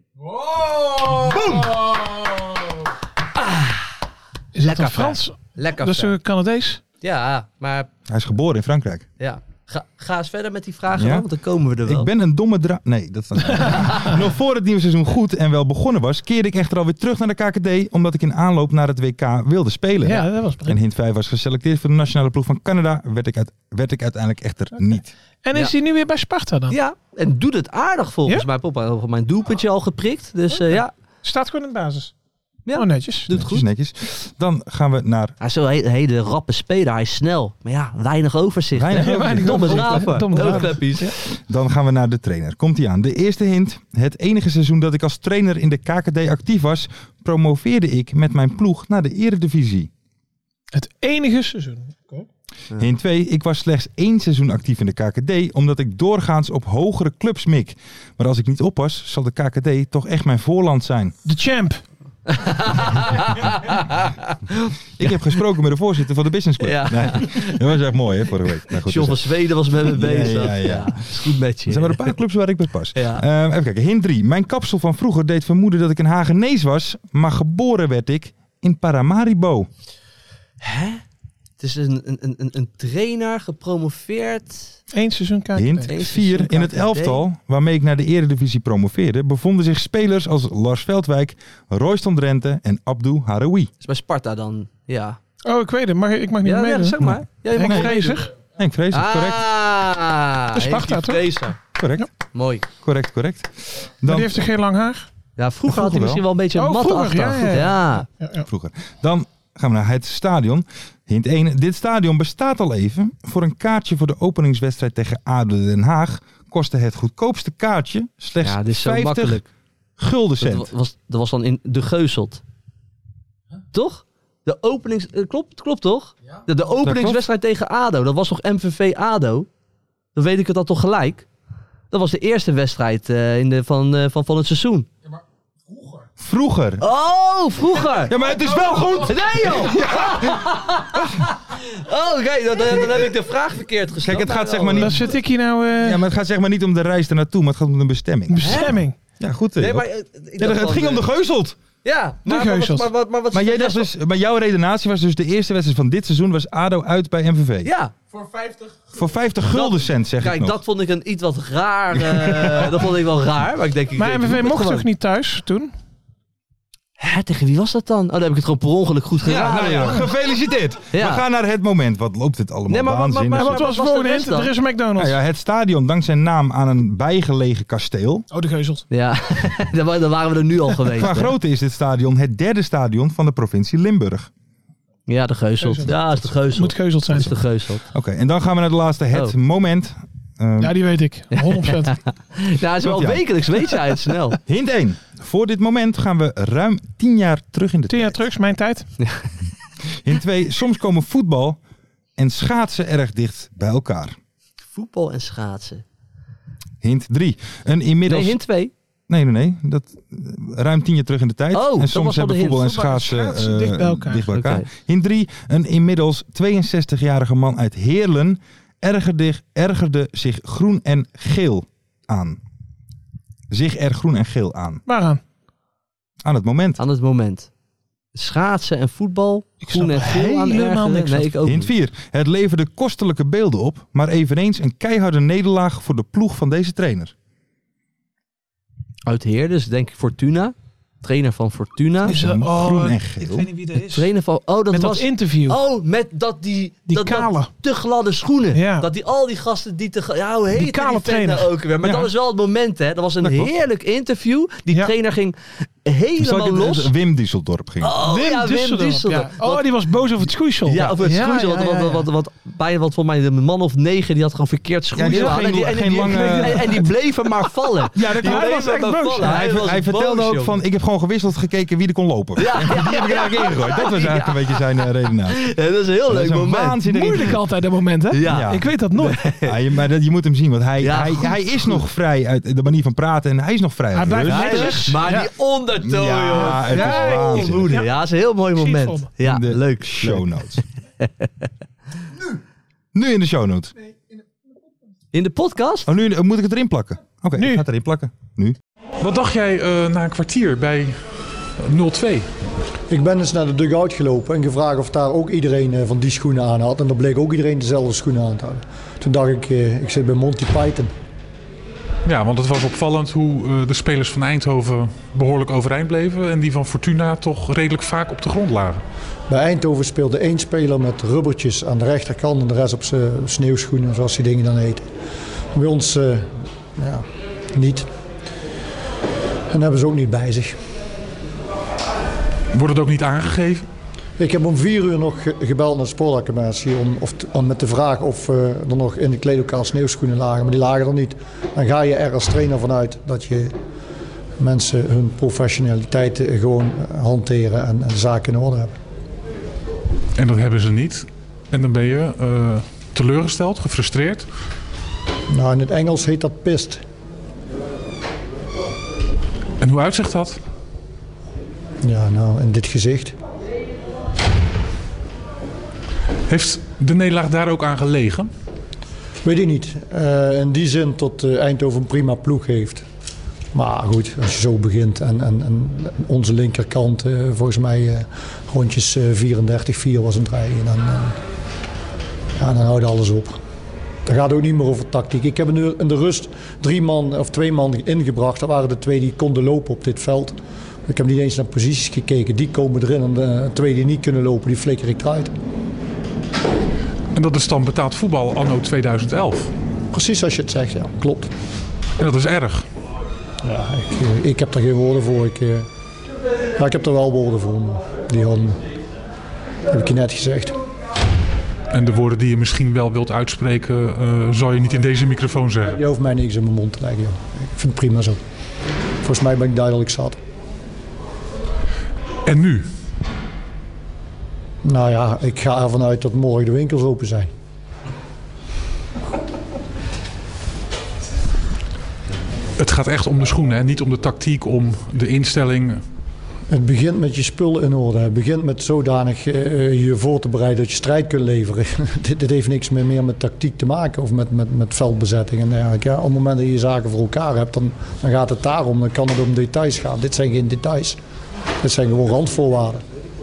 Is dat Lekker een Frans? Lekker. Dat is ver. een Canadees? Ja, maar Hij is geboren in Frankrijk. ja. Ga eens verder met die vragen, Ja? dan, want dan komen we er wel. Ik ben een domme Nee, dat staat niet. Nog voor het nieuwe seizoen goed en wel begonnen was, keerde ik echter alweer terug naar de KKD, omdat ik in aanloop naar het WK wilde spelen. Ja, dat was En hint 5 was geselecteerd voor de nationale ploeg van Canada, werd ik uiteindelijk echter niet. En is hij nu weer bij Sparta dan? Ja, en doet het aardig volgens mij. Op mijn doelpuntje al geprikt. Dus ja, Staat gewoon in de basis. Ja. Oh, netjes. doet goed. Netjes. Dan gaan we naar... Hij is zo'n hele rappe speler. Hij is snel. Maar ja, weinig overzicht. Weinig hè? overzicht. Domme overzicht, hè? draven. Domme draven. Doodkleppies. Dan gaan we naar de trainer. Komt ie aan. De eerste hint. Het enige seizoen dat ik als trainer in de KKD actief was, promoveerde ik met mijn ploeg naar de Eredivisie. Het enige seizoen. Oké. Hint 2. Ik was slechts 1 seizoen actief in de KKD, omdat ik doorgaans op hogere clubs mik. Maar als ik niet oppas, zal de KKD toch echt mijn voorland zijn. De champ. Ik heb gesproken met de voorzitter van de Business Club. Ja. Nee, dat was echt mooi, hè, vorige week. Nou, goed, John van dus, Zweden was met me bezig. ja. Is goed met je. er zijn maar een paar clubs waar ik bij pas. Ja. Even kijken. Hint 3. Mijn kapsel van vroeger deed vermoeden dat ik een Hagenees was, maar geboren werd ik in Paramaribo. Hè? Het is een trainer, gepromoveerd. 1 seizoenkaartje. Hint 4. In het elftal, waarmee ik naar de Eredivisie promoveerde, bevonden zich spelers als Lars Veldwijk, Royston Drenthe en Abdou Haroui. Dat is bij Sparta dan, ja. Oh, ik weet het. Ik mag niet Ja, meedoen. dat zeg maar. Ja, je mag Henk niet Vrezer. Henk Vrezer, correct. Ah, Dat is Sparta, Henk toch? Vrezer. Correct, Mooi. correct. Maar Dan, die heeft toch geen lang haar? Ja, vroeger had hij misschien wel een beetje Oh, matachtig. vroeger, ja. vroeger. Dan gaan we naar het stadion. Hint 1. Dit stadion bestaat al even. Voor een kaartje voor de openingswedstrijd tegen ADO Den Haag kostte het goedkoopste kaartje slechts Ja, dit is zo 50 makkelijk. guldencent. Dat was dan in de Geuselt. Toch? De openings... Klopt toch? De openingswedstrijd tegen ADO. Dat was toch MVV ADO? Dan weet ik het al toch gelijk. Dat was de eerste wedstrijd van het seizoen. Vroeger. Oh, vroeger! Ja, maar het is wel goed. Nee joh! Oh, kijk, dan heb ik de vraag verkeerd gesteld. Kijk, het gaat zeg maar niet... Dan zit ik hier nou... Ja, maar het gaat zeg maar niet om de reis ernaartoe, maar het gaat om de bestemming. bestemming. Ja, goed. Nee, Job. maar, het ging om de Geuzelt. Ja, Geuzelt. Maar jij dacht dus, maar jouw redenatie was dus de eerste wedstrijd van dit seizoen was ADO uit bij MVV. Ja. Voor 50 guldencent zeg ik Kijk, nog. dat vond ik een iets wat raar. Dat vond ik wel raar. Maar ik denk... Maar MVV mocht toch niet thuis toen? Hè, tegen wie was dat dan? Oh, dan heb ik het gewoon per ongeluk goed gedaan. Ja, gefeliciteerd. Ja. We gaan naar het moment. Wat loopt dit allemaal Nee, maar waanzinnig. Maar wat was was het de volgende rest hint? dan? Er is een McDonald's. Nou ja, het stadion dankt zijn naam aan een bijgelegen kasteel. Oh, de Geuzelt. Ja, dan waren we er nu al geweest. Qua hè. grootte is dit stadion het derde stadion van de provincie Limburg. Ja, de Geuzelt. Geuzelt. Ja, is de Geuzelt. Moet Geuzelt zijn. is de Geuzelt. Oké, en dan gaan we naar de laatste. Het Oh. moment. Ja, die weet ik. 100%. Ja, het is wel Ja. wekelijks, weet jij het snel. Hint 1. Voor dit moment gaan we ruim 10 jaar terug in de 10 jaar tijd. terug, is mijn tijd. Hint 2. Soms komen voetbal en schaatsen erg dicht bij elkaar. Voetbal en schaatsen. Hint 3. Een inmiddels... Nee, hint 2. Nee. Dat, ruim 10 jaar terug in de tijd. Oh, en dat soms was al de hebben hint. voetbal en Voetbal en schaatsen schaatsen dicht bij elkaar. dicht bij elkaar. Oké. Hint 3. Een inmiddels 62-jarige man uit Heerlen ergerde zich groen en geel aan. Zich er groen en geel aan. Waaraan? Aan het moment. Aan het moment. Schaatsen en voetbal. Groen snap en er geel aan helemaal ergeren. niks Nee, van. ik ook Hint niet. 4. Het leverde kostelijke beelden op, maar eveneens een keiharde nederlaag voor de ploeg van deze trainer. Uit Heerden, dus denk ik Fortuna. Trainer van Fortuna. Is groen en Ik geel. weet niet wie dat is. Trainer van... Oh, dat Met was... dat interview. Oh, met dat die kale. te gladde schoenen. Ja. Dat al die gasten die te... Ja, hoe heet Die kale vent trainer. nou ook weer? Maar Ja. dat was wel het moment, hè. Dat was een Dat klopt. heerlijk interview. Die Ja. trainer ging Zal helemaal ik los. het Wim Diesseldorp ging. Oh, ja, Wim Diesseldorp. Ja. Oh, die was boos over het schoeisel. Ja, over het schoeisel. ja. Wat bijna wat voor mij een man of 9 die had gewoon verkeerd schoeisel die had aan. geen lange- En die bleven maar vallen. Ja, dat Die hij was bleven echt maar boos. vallen. Hij vertelde boos, ook jongen. van, ik heb gewoon gewisseld gekeken wie er kon lopen. Ja. En die heb ik er eigenlijk ingegooid. Dat was eigenlijk een beetje zijn redenatie. Ja, dat is een heel Dat leuk is een moment. waanzinnig Moeilijk altijd dat moment, hè? Ja. Ik weet dat nooit. Ja, maar je moet hem zien, want Ja, hij is nog vrij uit de manier van praten en hij is nog vrij Hij uit de blijft rust. netjes. Maar Ja. die ondertoon, Ja, joh. het is Ja, waanzinnig. Ja, dat is een heel mooi Zie het moment. voor Ja, In de leuk. show notes. Nu in de show notes. In de podcast? Oh, nu moet ik het erin plakken. Oké, Nu. ik ga het erin plakken. Nu. Wat dacht jij na een kwartier bij 0-2? Ik ben eens naar de dugout gelopen en gevraagd of daar ook iedereen van die schoenen aan had. En dan bleek ook iedereen dezelfde schoenen aan te hebben. Toen dacht ik zit bij Monty Python. Ja, want het was opvallend hoe de spelers van Eindhoven behoorlijk overeind bleven. En die van Fortuna toch redelijk vaak op de grond lagen. Bij Eindhoven speelde 1 speler met rubbertjes aan de rechterkant en de rest op zijn sneeuwschoenen, zoals die dingen dan heten. Bij ons niet. En hebben ze ook niet bij zich. Wordt het ook niet aangegeven? Ik heb om 4 uur nog gebeld naar de sportaccommodatie om met de vraag of er nog in de kleedlokaal sneeuwschoenen lagen. Maar die lagen er niet. Dan ga je er als trainer vanuit dat je mensen hun professionaliteit gewoon hanteren en de zaken in orde hebben. En dat hebben ze niet. En dan ben je teleurgesteld, gefrustreerd. Nou, in het Engels heet dat pissed. En hoe uitzicht dat? Ja, nou, in dit gezicht. Heeft de nederlaag daar ook aan gelegen? Weet ik niet. In die zin tot Eindhoven een prima ploeg heeft. Maar goed, als je zo begint en onze linkerkant volgens mij rondjes 34-4 was een draai. Ja, dan houdt alles op. Dan gaat het ook niet meer over tactiek. Ik heb nu in de rust 2 man ingebracht. Dat waren de 2 die konden lopen op dit veld. Ik heb niet eens naar posities gekeken. Die komen erin en de 2 die niet kunnen lopen, die flikker ik eruit. En dat is dan betaald voetbal anno 2011. Precies als je het zegt, ja. Klopt. En dat is erg. Ja, ik heb daar geen woorden voor. Ik heb er wel woorden voor. Maar die heb ik je net gezegd. En de woorden die je misschien wel wilt uitspreken, zal je niet in deze microfoon zeggen. Je hoeft mij niks in mijn mond te leggen. Joh. Ik vind het prima zo. Volgens mij ben ik duidelijk zat. En nu? Nou ja, ik ga ervan uit dat morgen de winkels open zijn. Het gaat echt om de schoenen, hè? Niet om de tactiek, om de instelling. Het begint met je spullen in orde. Het begint met zodanig je voor te bereiden dat je strijd kunt leveren. Dit heeft niks meer met tactiek te maken of met veldbezetting en dergelijke. Ja, op het moment dat je je zaken voor elkaar hebt, dan gaat het daarom. Dan kan het om details gaan. Dit zijn geen details. Dit zijn gewoon randvoorwaarden.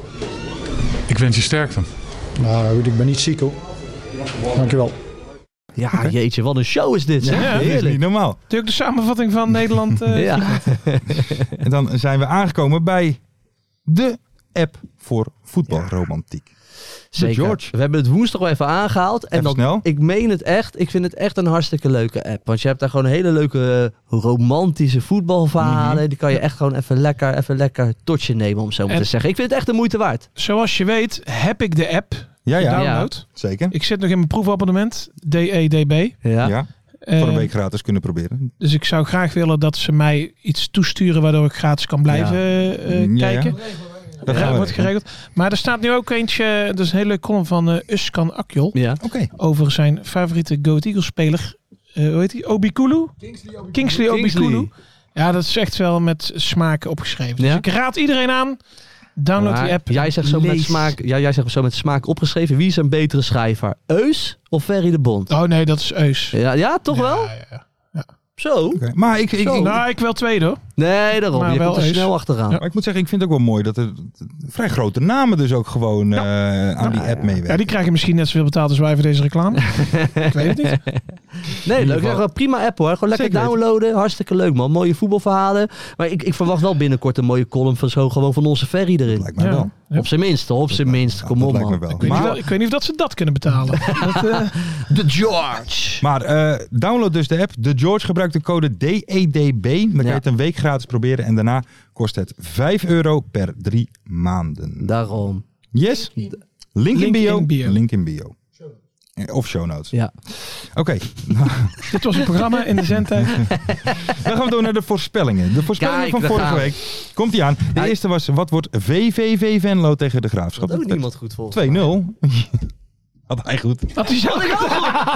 Ik wens je sterkte. Nou goed, ik ben niet ziek hoor. Dankjewel. Ja, jeetje, wat een show is dit. Zeg. Ja, dat is niet normaal. Natuurlijk de samenvatting van Nederland. Ja. En dan zijn we aangekomen bij de app voor voetbalromantiek. Zeker. George. We hebben het woensdag al even aangehaald. En Even snel. Ik meen het echt. Ik vind het echt een hartstikke leuke app. Want je hebt daar gewoon hele leuke romantische voetbalverhalen. Die kan je echt gewoon even lekker tot je nemen, om zo maar te zeggen. Ik vind het echt de moeite waard. Zoals je weet heb ik de app Ja, gedownload. zeker. Ik zit nog in mijn proefabonnement. DEDB. Ja. Voor een week gratis kunnen proberen. Dus ik zou graag willen dat ze mij iets toesturen waardoor ik gratis kan blijven kijken. Dat gaan we wordt geregeld. Maar er staat nu ook eentje, dat is een hele leuke column van Uskan Akjol. Ja. Oké. Over zijn favoriete Go Ahead Eagles speler. Hoe heet hij? Obikulu? Kingsley Obikulu. Ja, dat is echt wel met smaak opgeschreven. Dus ik raad iedereen aan. Download die app. Jij zegt zo met smaak. Jij zegt zo met smaak opgeschreven. Wie is een betere schrijver? Eus of Ferry de Bond? Oh nee, dat is Eus. Ja, toch wel? Ja. Zo. Okay. Maar ik wel tweede hoor. Nee, daarom. Maar je wel komt er Eus. snel achteraan. Maar ik moet zeggen, ik vind het ook wel mooi dat er vrij grote namen dus ook gewoon aan die app meewerken. Ja, die krijgen misschien net zoveel betaald als wij voor deze reclame. Ik weet het niet. Nee, leuk. Ja, prima app hoor. Gewoon lekker downloaden. Hartstikke leuk man. Mooie voetbalverhalen. Maar ik verwacht wel binnenkort een mooie column van onze Ferry erin. Lijkt mij wel. Ja. Op zijn minst. Kom op man. Wel. Ik weet niet of dat ze dat kunnen betalen. De George. Maar download dus de app. De George gebruikt de code DEDB. Dan kan je het een week gratis proberen. En daarna kost het €5 per 3 maanden. Daarom. Yes? Link in bio. Link in bio. Of show notes. Ja. Oké. Dit was een programma in de zendtijd. Dan gaan we door naar de voorspellingen. De voorspellingen van vorige week. Komt die aan. De eerste was, wat wordt VVV Venlo tegen de Graafschap? Dat ook niemand goed volgens 2-0. Had hij goed. Had hij zelf goed.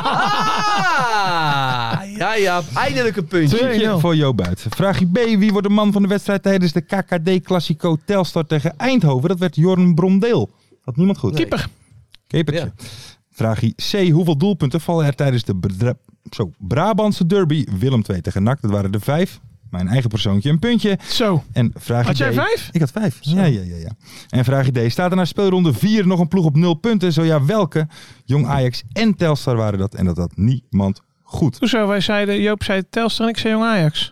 Ja, eindelijk een puntje. Puntje voor Jo Buit. Vraagje B. Wie wordt de man van de wedstrijd tijdens de KKD Classico Telstar tegen Eindhoven? Dat werd Jorn Bromdeel. Had niemand goed. Keeper. Keepertje. Ja. Vraagje C. Hoeveel doelpunten vallen er tijdens de Brabantse derby Willem II tegen NAC? Dat waren er 5. Mijn eigen persoontje een puntje. Zo. En vraagje had jij D, 5? Ik had 5. Ja. En vraagje D. Staat er na speelronde 4 nog een ploeg op 0 punten? Zo ja, welke? Jong Ajax en Telstar waren dat. En dat had niemand goed. Hoezo? Joop zei Telstar en ik zei Jong Ajax.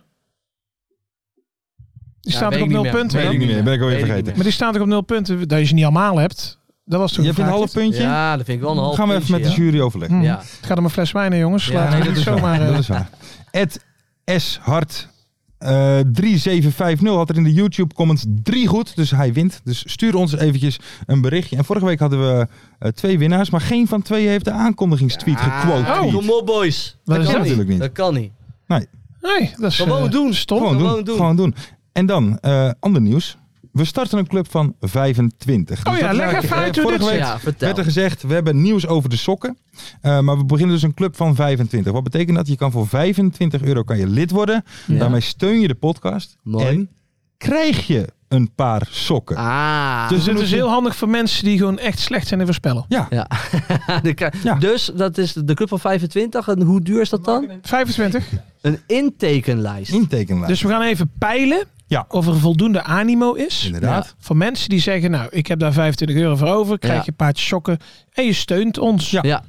Die staat toch op 0 punten? Weet ik niet meer. Ben ik alweer vergeten. Maar die staat toch op 0 punten? Dat je ze niet allemaal hebt. Dat was toch je vindt een half puntje? Ja, dat vind ik wel een half Gaan we even met de jury overleggen. Ja. Het gaat om een fles wijn, jongens. Ja, nee, dat is zomaar. Dat is waar. Ed S. Hart 3750 had er in de YouTube comments 3 goed. Dus hij wint. Dus stuur ons eventjes een berichtje. En vorige week hadden we 2 winnaars. Maar geen van 2 heeft de aankondigingstweet gequote. Oh, kom op boys. Dat kan natuurlijk niet. Dat kan niet. Nee, dat is gewoon doen. Stom. Gewoon doen. En dan, ander nieuws. We starten een club van 25. Oh dus ja, leg even uit hoe dit week werd er gezegd, we hebben nieuws over de sokken. Maar we beginnen dus een club van 25. Wat betekent dat? Je kan voor €25 kan je lid worden. Ja. Daarmee steun je de podcast. Mooi. En krijg je een paar sokken. Dus het is heel handig voor mensen die gewoon echt slecht zijn in voorspellen. Ja. Dus dat is de club van 25. En hoe duur is dat dan? 25. Een intekenlijst. Dus we gaan even peilen. Ja. Of er voldoende animo is. Inderdaad. Ja. Voor mensen die zeggen, nou, ik heb daar €25 voor over. Krijg je een paardje sokken. En je steunt ons. Ja.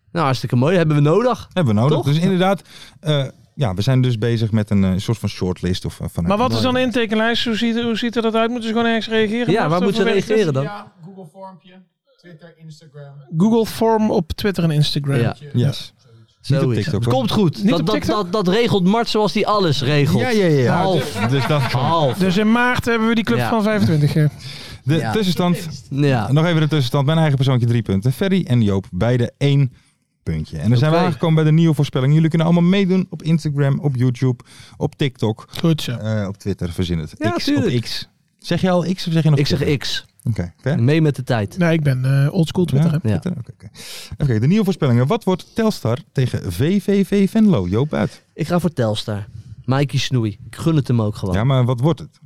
Nou, hartstikke mooi. Hebben we nodig. Toch? Dus inderdaad, we zijn dus bezig met een soort van shortlist. Maar wat is dan de intekenlijst? Hoe ziet er dat uit? Moeten ze gewoon ergens reageren? Ja, waar moeten ze reageren dan? Ja, Google vormpje, Twitter, Instagram. Google Form op Twitter en Instagram. Ja. Yes. Niet op TikTok, het komt goed. Dat regelt Mart zoals hij alles regelt. Ja. Half. Dus in maart hebben we die club van 25. De tussenstand. Ja. Nog even de tussenstand. Mijn eigen persoontje 3 punten. Ferry en Joop beide 1 puntje. En dan zijn we aangekomen bij de nieuwe voorspelling. Jullie kunnen allemaal meedoen op Instagram, op YouTube, op TikTok. Goed zo. Op Twitter, verzin het. Ja, X, op X. Zeg je al X of zeg je nog Ik Twitter? zeg X. Oké, ver? Mee met de tijd. Nee, ik ben oldschool Twitter. Ja, Twitter? Oké, de nieuwe voorspellingen. Wat wordt Telstar tegen VVV Venlo? Joop uit. Ik ga voor Telstar. Mikey Snoei. Ik gun het hem ook gewoon. Ja, maar wat wordt het?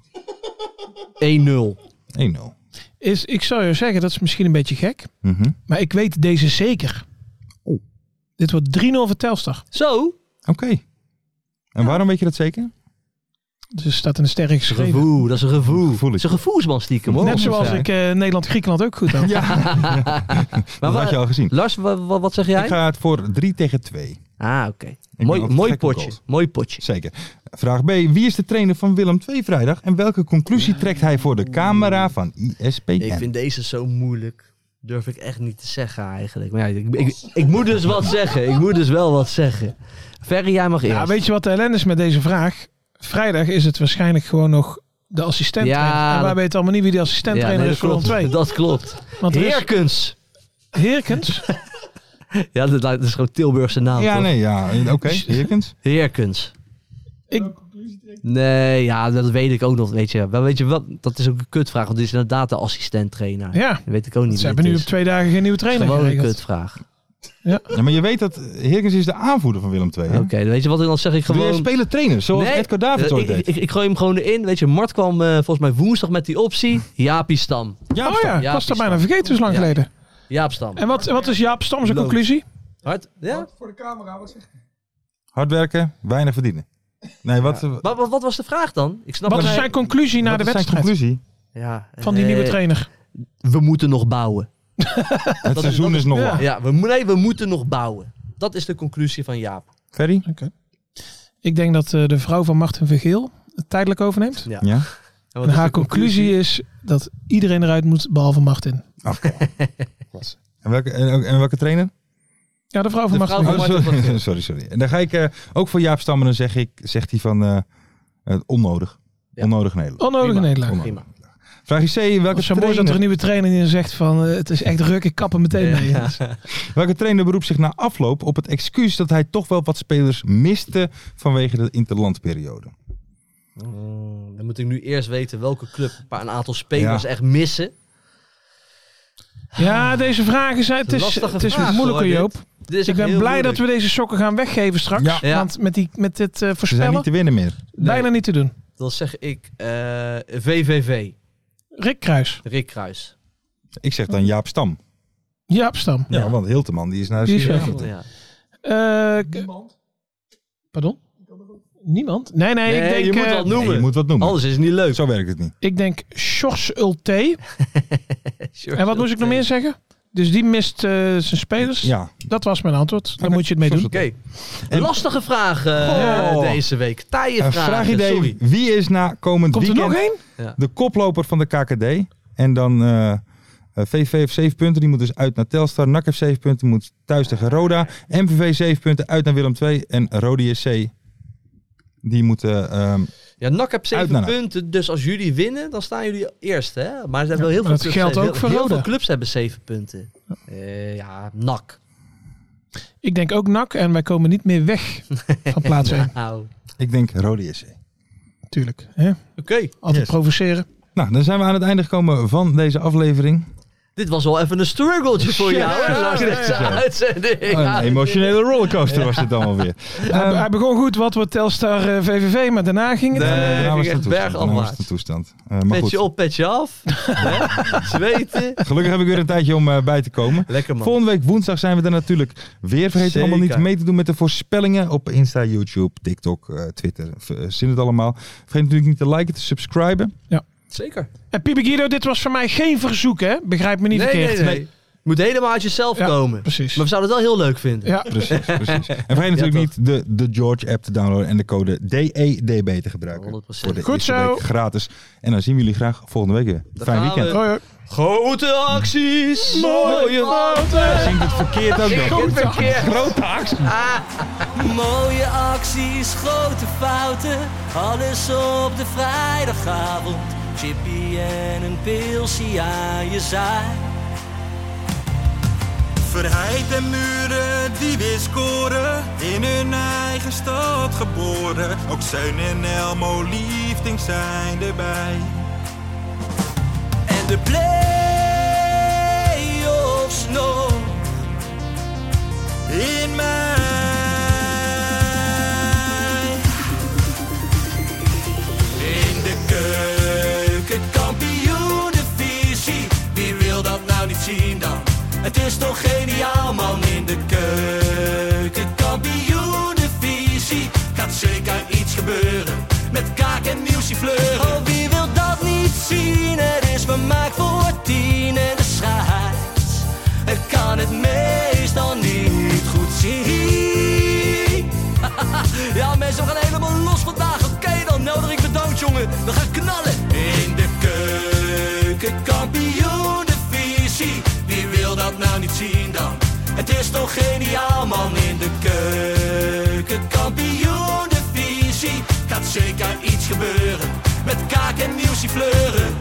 1-0. 1-0. Ik zou je zeggen, dat is misschien een beetje gek. Maar ik weet deze zeker. Dit wordt 3-0 voor Telstar. Zo? Oké. En waarom weet je dat zeker? Dus er staat in de sterren geschreven. Gevoel, dat is een gevoel. Dat is een gevoelsman stiekem hoor. Net zoals ik Nederland-Griekenland ook goed had. Dat had je al gezien. Lars, wat zeg jij? Ik ga het voor 3-2. Ah, oké. Mooi potje. Mooi potje. Zeker. Vraag B. Wie is de trainer van Willem II vrijdag? En welke conclusie trekt hij voor de camera van ESPN? Ik vind deze zo moeilijk. Durf ik echt niet te zeggen eigenlijk. Maar ja, ik moet dus wat zeggen. Ik moet dus wel wat zeggen. Ferry, jij mag eerst. Ja, weet je wat de ellende is met deze vraag? Vrijdag is het waarschijnlijk gewoon nog de assistent-trainer. Ja, en wij weten allemaal niet wie de assistent-trainer is voor Willem II. Dat klopt. Want Heerkens. Heerkens? Ja, dat is gewoon Tilburgse naam. Ja, toch? nee, ja. Oké, Heerkens. Heerkens. Nee, ja, dat weet ik ook nog. Weet je wat? Dat is ook een kutvraag, want dit is inderdaad de assistent-trainer. Ja. Dat weet ik ook niet. Ze hebben nu op 2 dagen geen nieuwe trainer Gewoon geregeld. een kutvraag. Ja. Maar je weet dat Heerkens is de aanvoerder van Willem II. Oké, dan weet je wat, dan zeg ik gewoon... Wil je speler-trainer, zoals Edgar Davids ooit deed? Ik gooi hem gewoon erin. Weet je, Mart kwam volgens mij woensdag met die optie. Jaapie Stam. Jaap Stam. Ik was er bijna vergeten, zo lang geleden. Jaap Stam. En wat is Jaap Stam zijn conclusie? Hard, ja? Voor de camera, wat zeg je? Hard werken, weinig verdienen. Nee, wat was de vraag dan? Ik snap wat is zijn conclusie na de wedstrijd? Zijn conclusie? Ja, van die nieuwe trainer? We moeten nog bouwen. Het seizoen is nog lang. Ja, we moeten nog bouwen. Dat is de conclusie van Jaap. Ferry? Okay. Ik denk dat de vrouw van Martin Vergeel het tijdelijk overneemt. Ja. En haar conclusie is dat iedereen eruit moet, behalve Martin. Oké. En welke trainer? Ja, de vrouw van Martin. Sorry. En dan ga ik ook voor Jaap Stam en dan zegt hij van onnodig. Ja. Onnodige nederlaag. Onnodige nederlaag. Prima. Vraag C. Welke zo mooi dat er een nieuwe trainer die zegt van het is echt druk, ik kap er meteen mee. Ja. Welke trainer beroept zich na afloop op het excuus dat hij toch wel wat spelers miste vanwege de interlandperiode? Dan moet ik nu eerst weten welke club een aantal spelers echt missen. Ja, deze vragen zijn... Het is moeilijker, Joop. Ik ben blij dat we deze sokken gaan weggeven straks. Ja. Want met dit voorspellen... Ze zijn niet te winnen meer. Bijna niet te doen. Dan zeg ik VVV. Rick Kruis. Ik zeg dan Jaap Stam. Jaap Stam. Ja, want Hilteman die is naar de Suriname. Niemand? Pardon? Niemand? Nee, ik denk... je moet wat noemen. Nee, je moet wat noemen. Anders is het niet leuk. Zo werkt het niet. Ik denk Sjors Ulte. En wat moest ik nog meer zeggen? Dus die mist zijn spelers? Ja. Dat was mijn antwoord. Dan moet je het mee doen. Oké. Lastige vraag deze week. Taaie vraag. Vraagidee. Sorry. Wie is na komend weekend... Komt er nog één? De koploper van de KKD? En dan VVV heeft 7 punten. Die moet dus uit naar Telstar. NAC heeft 7 punten. Moet thuis tegen Roda. MVV 7 punten uit naar Willem II. En Rode SC... Die moeten... NAC heeft 7 punten, dus als jullie winnen, dan staan jullie eerst. Hè? Maar ze hebben wel heel veel clubs. Geldt ook voor heel veel clubs hebben 7 punten. NAC. Ik denk ook NAC en wij komen niet meer weg van plaats 1. Nou. Ik denk Rode SC. Tuurlijk. Oké. Altijd provoceren. Nou, dan zijn we aan het einde gekomen van deze aflevering. Dit was wel even een struggletje voor jou. Een emotionele rollercoaster was dit allemaal weer. Hij begon goed. Wat wordt Telstar VVV? Maar daarna ging het... daarna was het de toestand. Petje op, petje af. Zweten. Gelukkig heb ik weer een tijdje om bij te komen. Lekker man. Volgende week woensdag zijn we er natuurlijk weer. Vergeet allemaal niet mee te doen met de voorspellingen op Insta, YouTube, TikTok, Twitter. Zin het allemaal. Vergeet natuurlijk niet te liken, te subscriben. Ja. Zeker. En Pibe Guido, dit was voor mij geen verzoek, hè? Begrijp me niet verkeerd. Nee. Moet helemaal uit jezelf komen. Precies. Maar we zouden het wel heel leuk vinden. Ja. Precies. En vergeet natuurlijk niet de George app te downloaden en de code DEDB te gebruiken. 100%. Voor de Goed eerste zo. week gratis. En dan zien we jullie graag volgende week weer. Fijn gaan weekend. we. Hoi, hoi. Grote acties, mooie fouten. Zingt het verkeerd ook nog. Grote acties. Mooie acties, grote fouten, alles op de vrijdagavond. Chippy en een pilsie aan je zaai. Verheid en Muren die weer scoren, in hun eigen stad geboren. Ook Zeun en Elmo Liefding zijn erbij. En de play-offs nog In mij. in de keukenkampioenenvisie. Wie wil dat nou niet zien dan? Het is toch geniaal man, in de keukenkampioenenvisie. Gaat zeker iets gebeuren, met kaak en nieuwsie fleuren. Oh, wie wil dat niet zien? Het is vermaakt voor 10 en de scheids. Ik kan het meestal niet goed zien. Ja mensen, we gaan helemaal los vandaag. Oké, dan nodig ik bedankt jongen. We gaan knallen. In de keukenkampioenenvisie. Wie wil dat nou niet zien dan? Het is toch geniaal man, in de keukenkampioenenvisie. Gaat zeker iets gebeuren, met kaak en nieuwsie fleuren.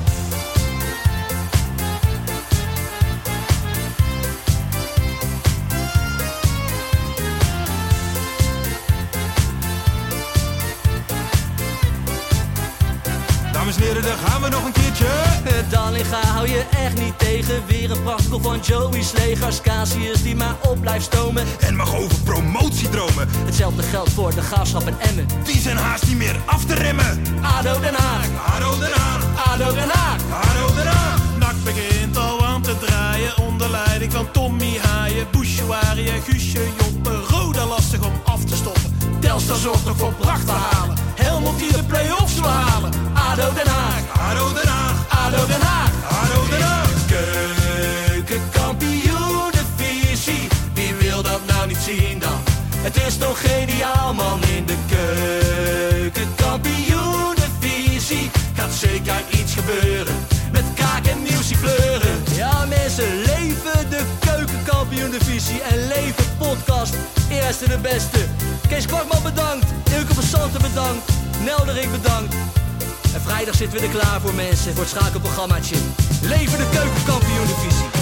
Dames en heren, daar gaan we nog een keertje. Dallinga hou je echt niet tegen. Weer een prachtkel van Joey's legers. Casius die maar op blijft stomen. En mag over promotiedromen. Hetzelfde geldt voor de Graafschap en Emmen. Die zijn haast niet meer af te remmen. ADO Den Haag, Haro Den Haag, ADO Den Haag. Haro Den Haag. NAC begint al aan te draaien onder leiding van Tommy Haaien, Bouchouari en Guusje Joppen. Roda lastig om af te stoppen. Telstar zorgt nog voor pracht te halen. Helmond die de play-offs wil halen. ADO Den Haag, Haro Den Haag, ADO Den Haag. Haro Den Haag. Keukenkampioenenvisie. Wie wil dat nou niet zien dan? Het is toch geniaal man, in de keukenkampioenenvisie. Gaat zeker iets gebeuren, met kaak en nieuwsie fleuren. Ja mensen, leven de keukenkampioenenvisie en leven podcast. Eerste de beste. Kees Kwakman bedankt, Ilke van Santen bedankt, Nelderik bedankt. En vrijdag zitten we er klaar voor mensen, voor het schakelprogrammaatje. Leven de keukenkampioenenvisie.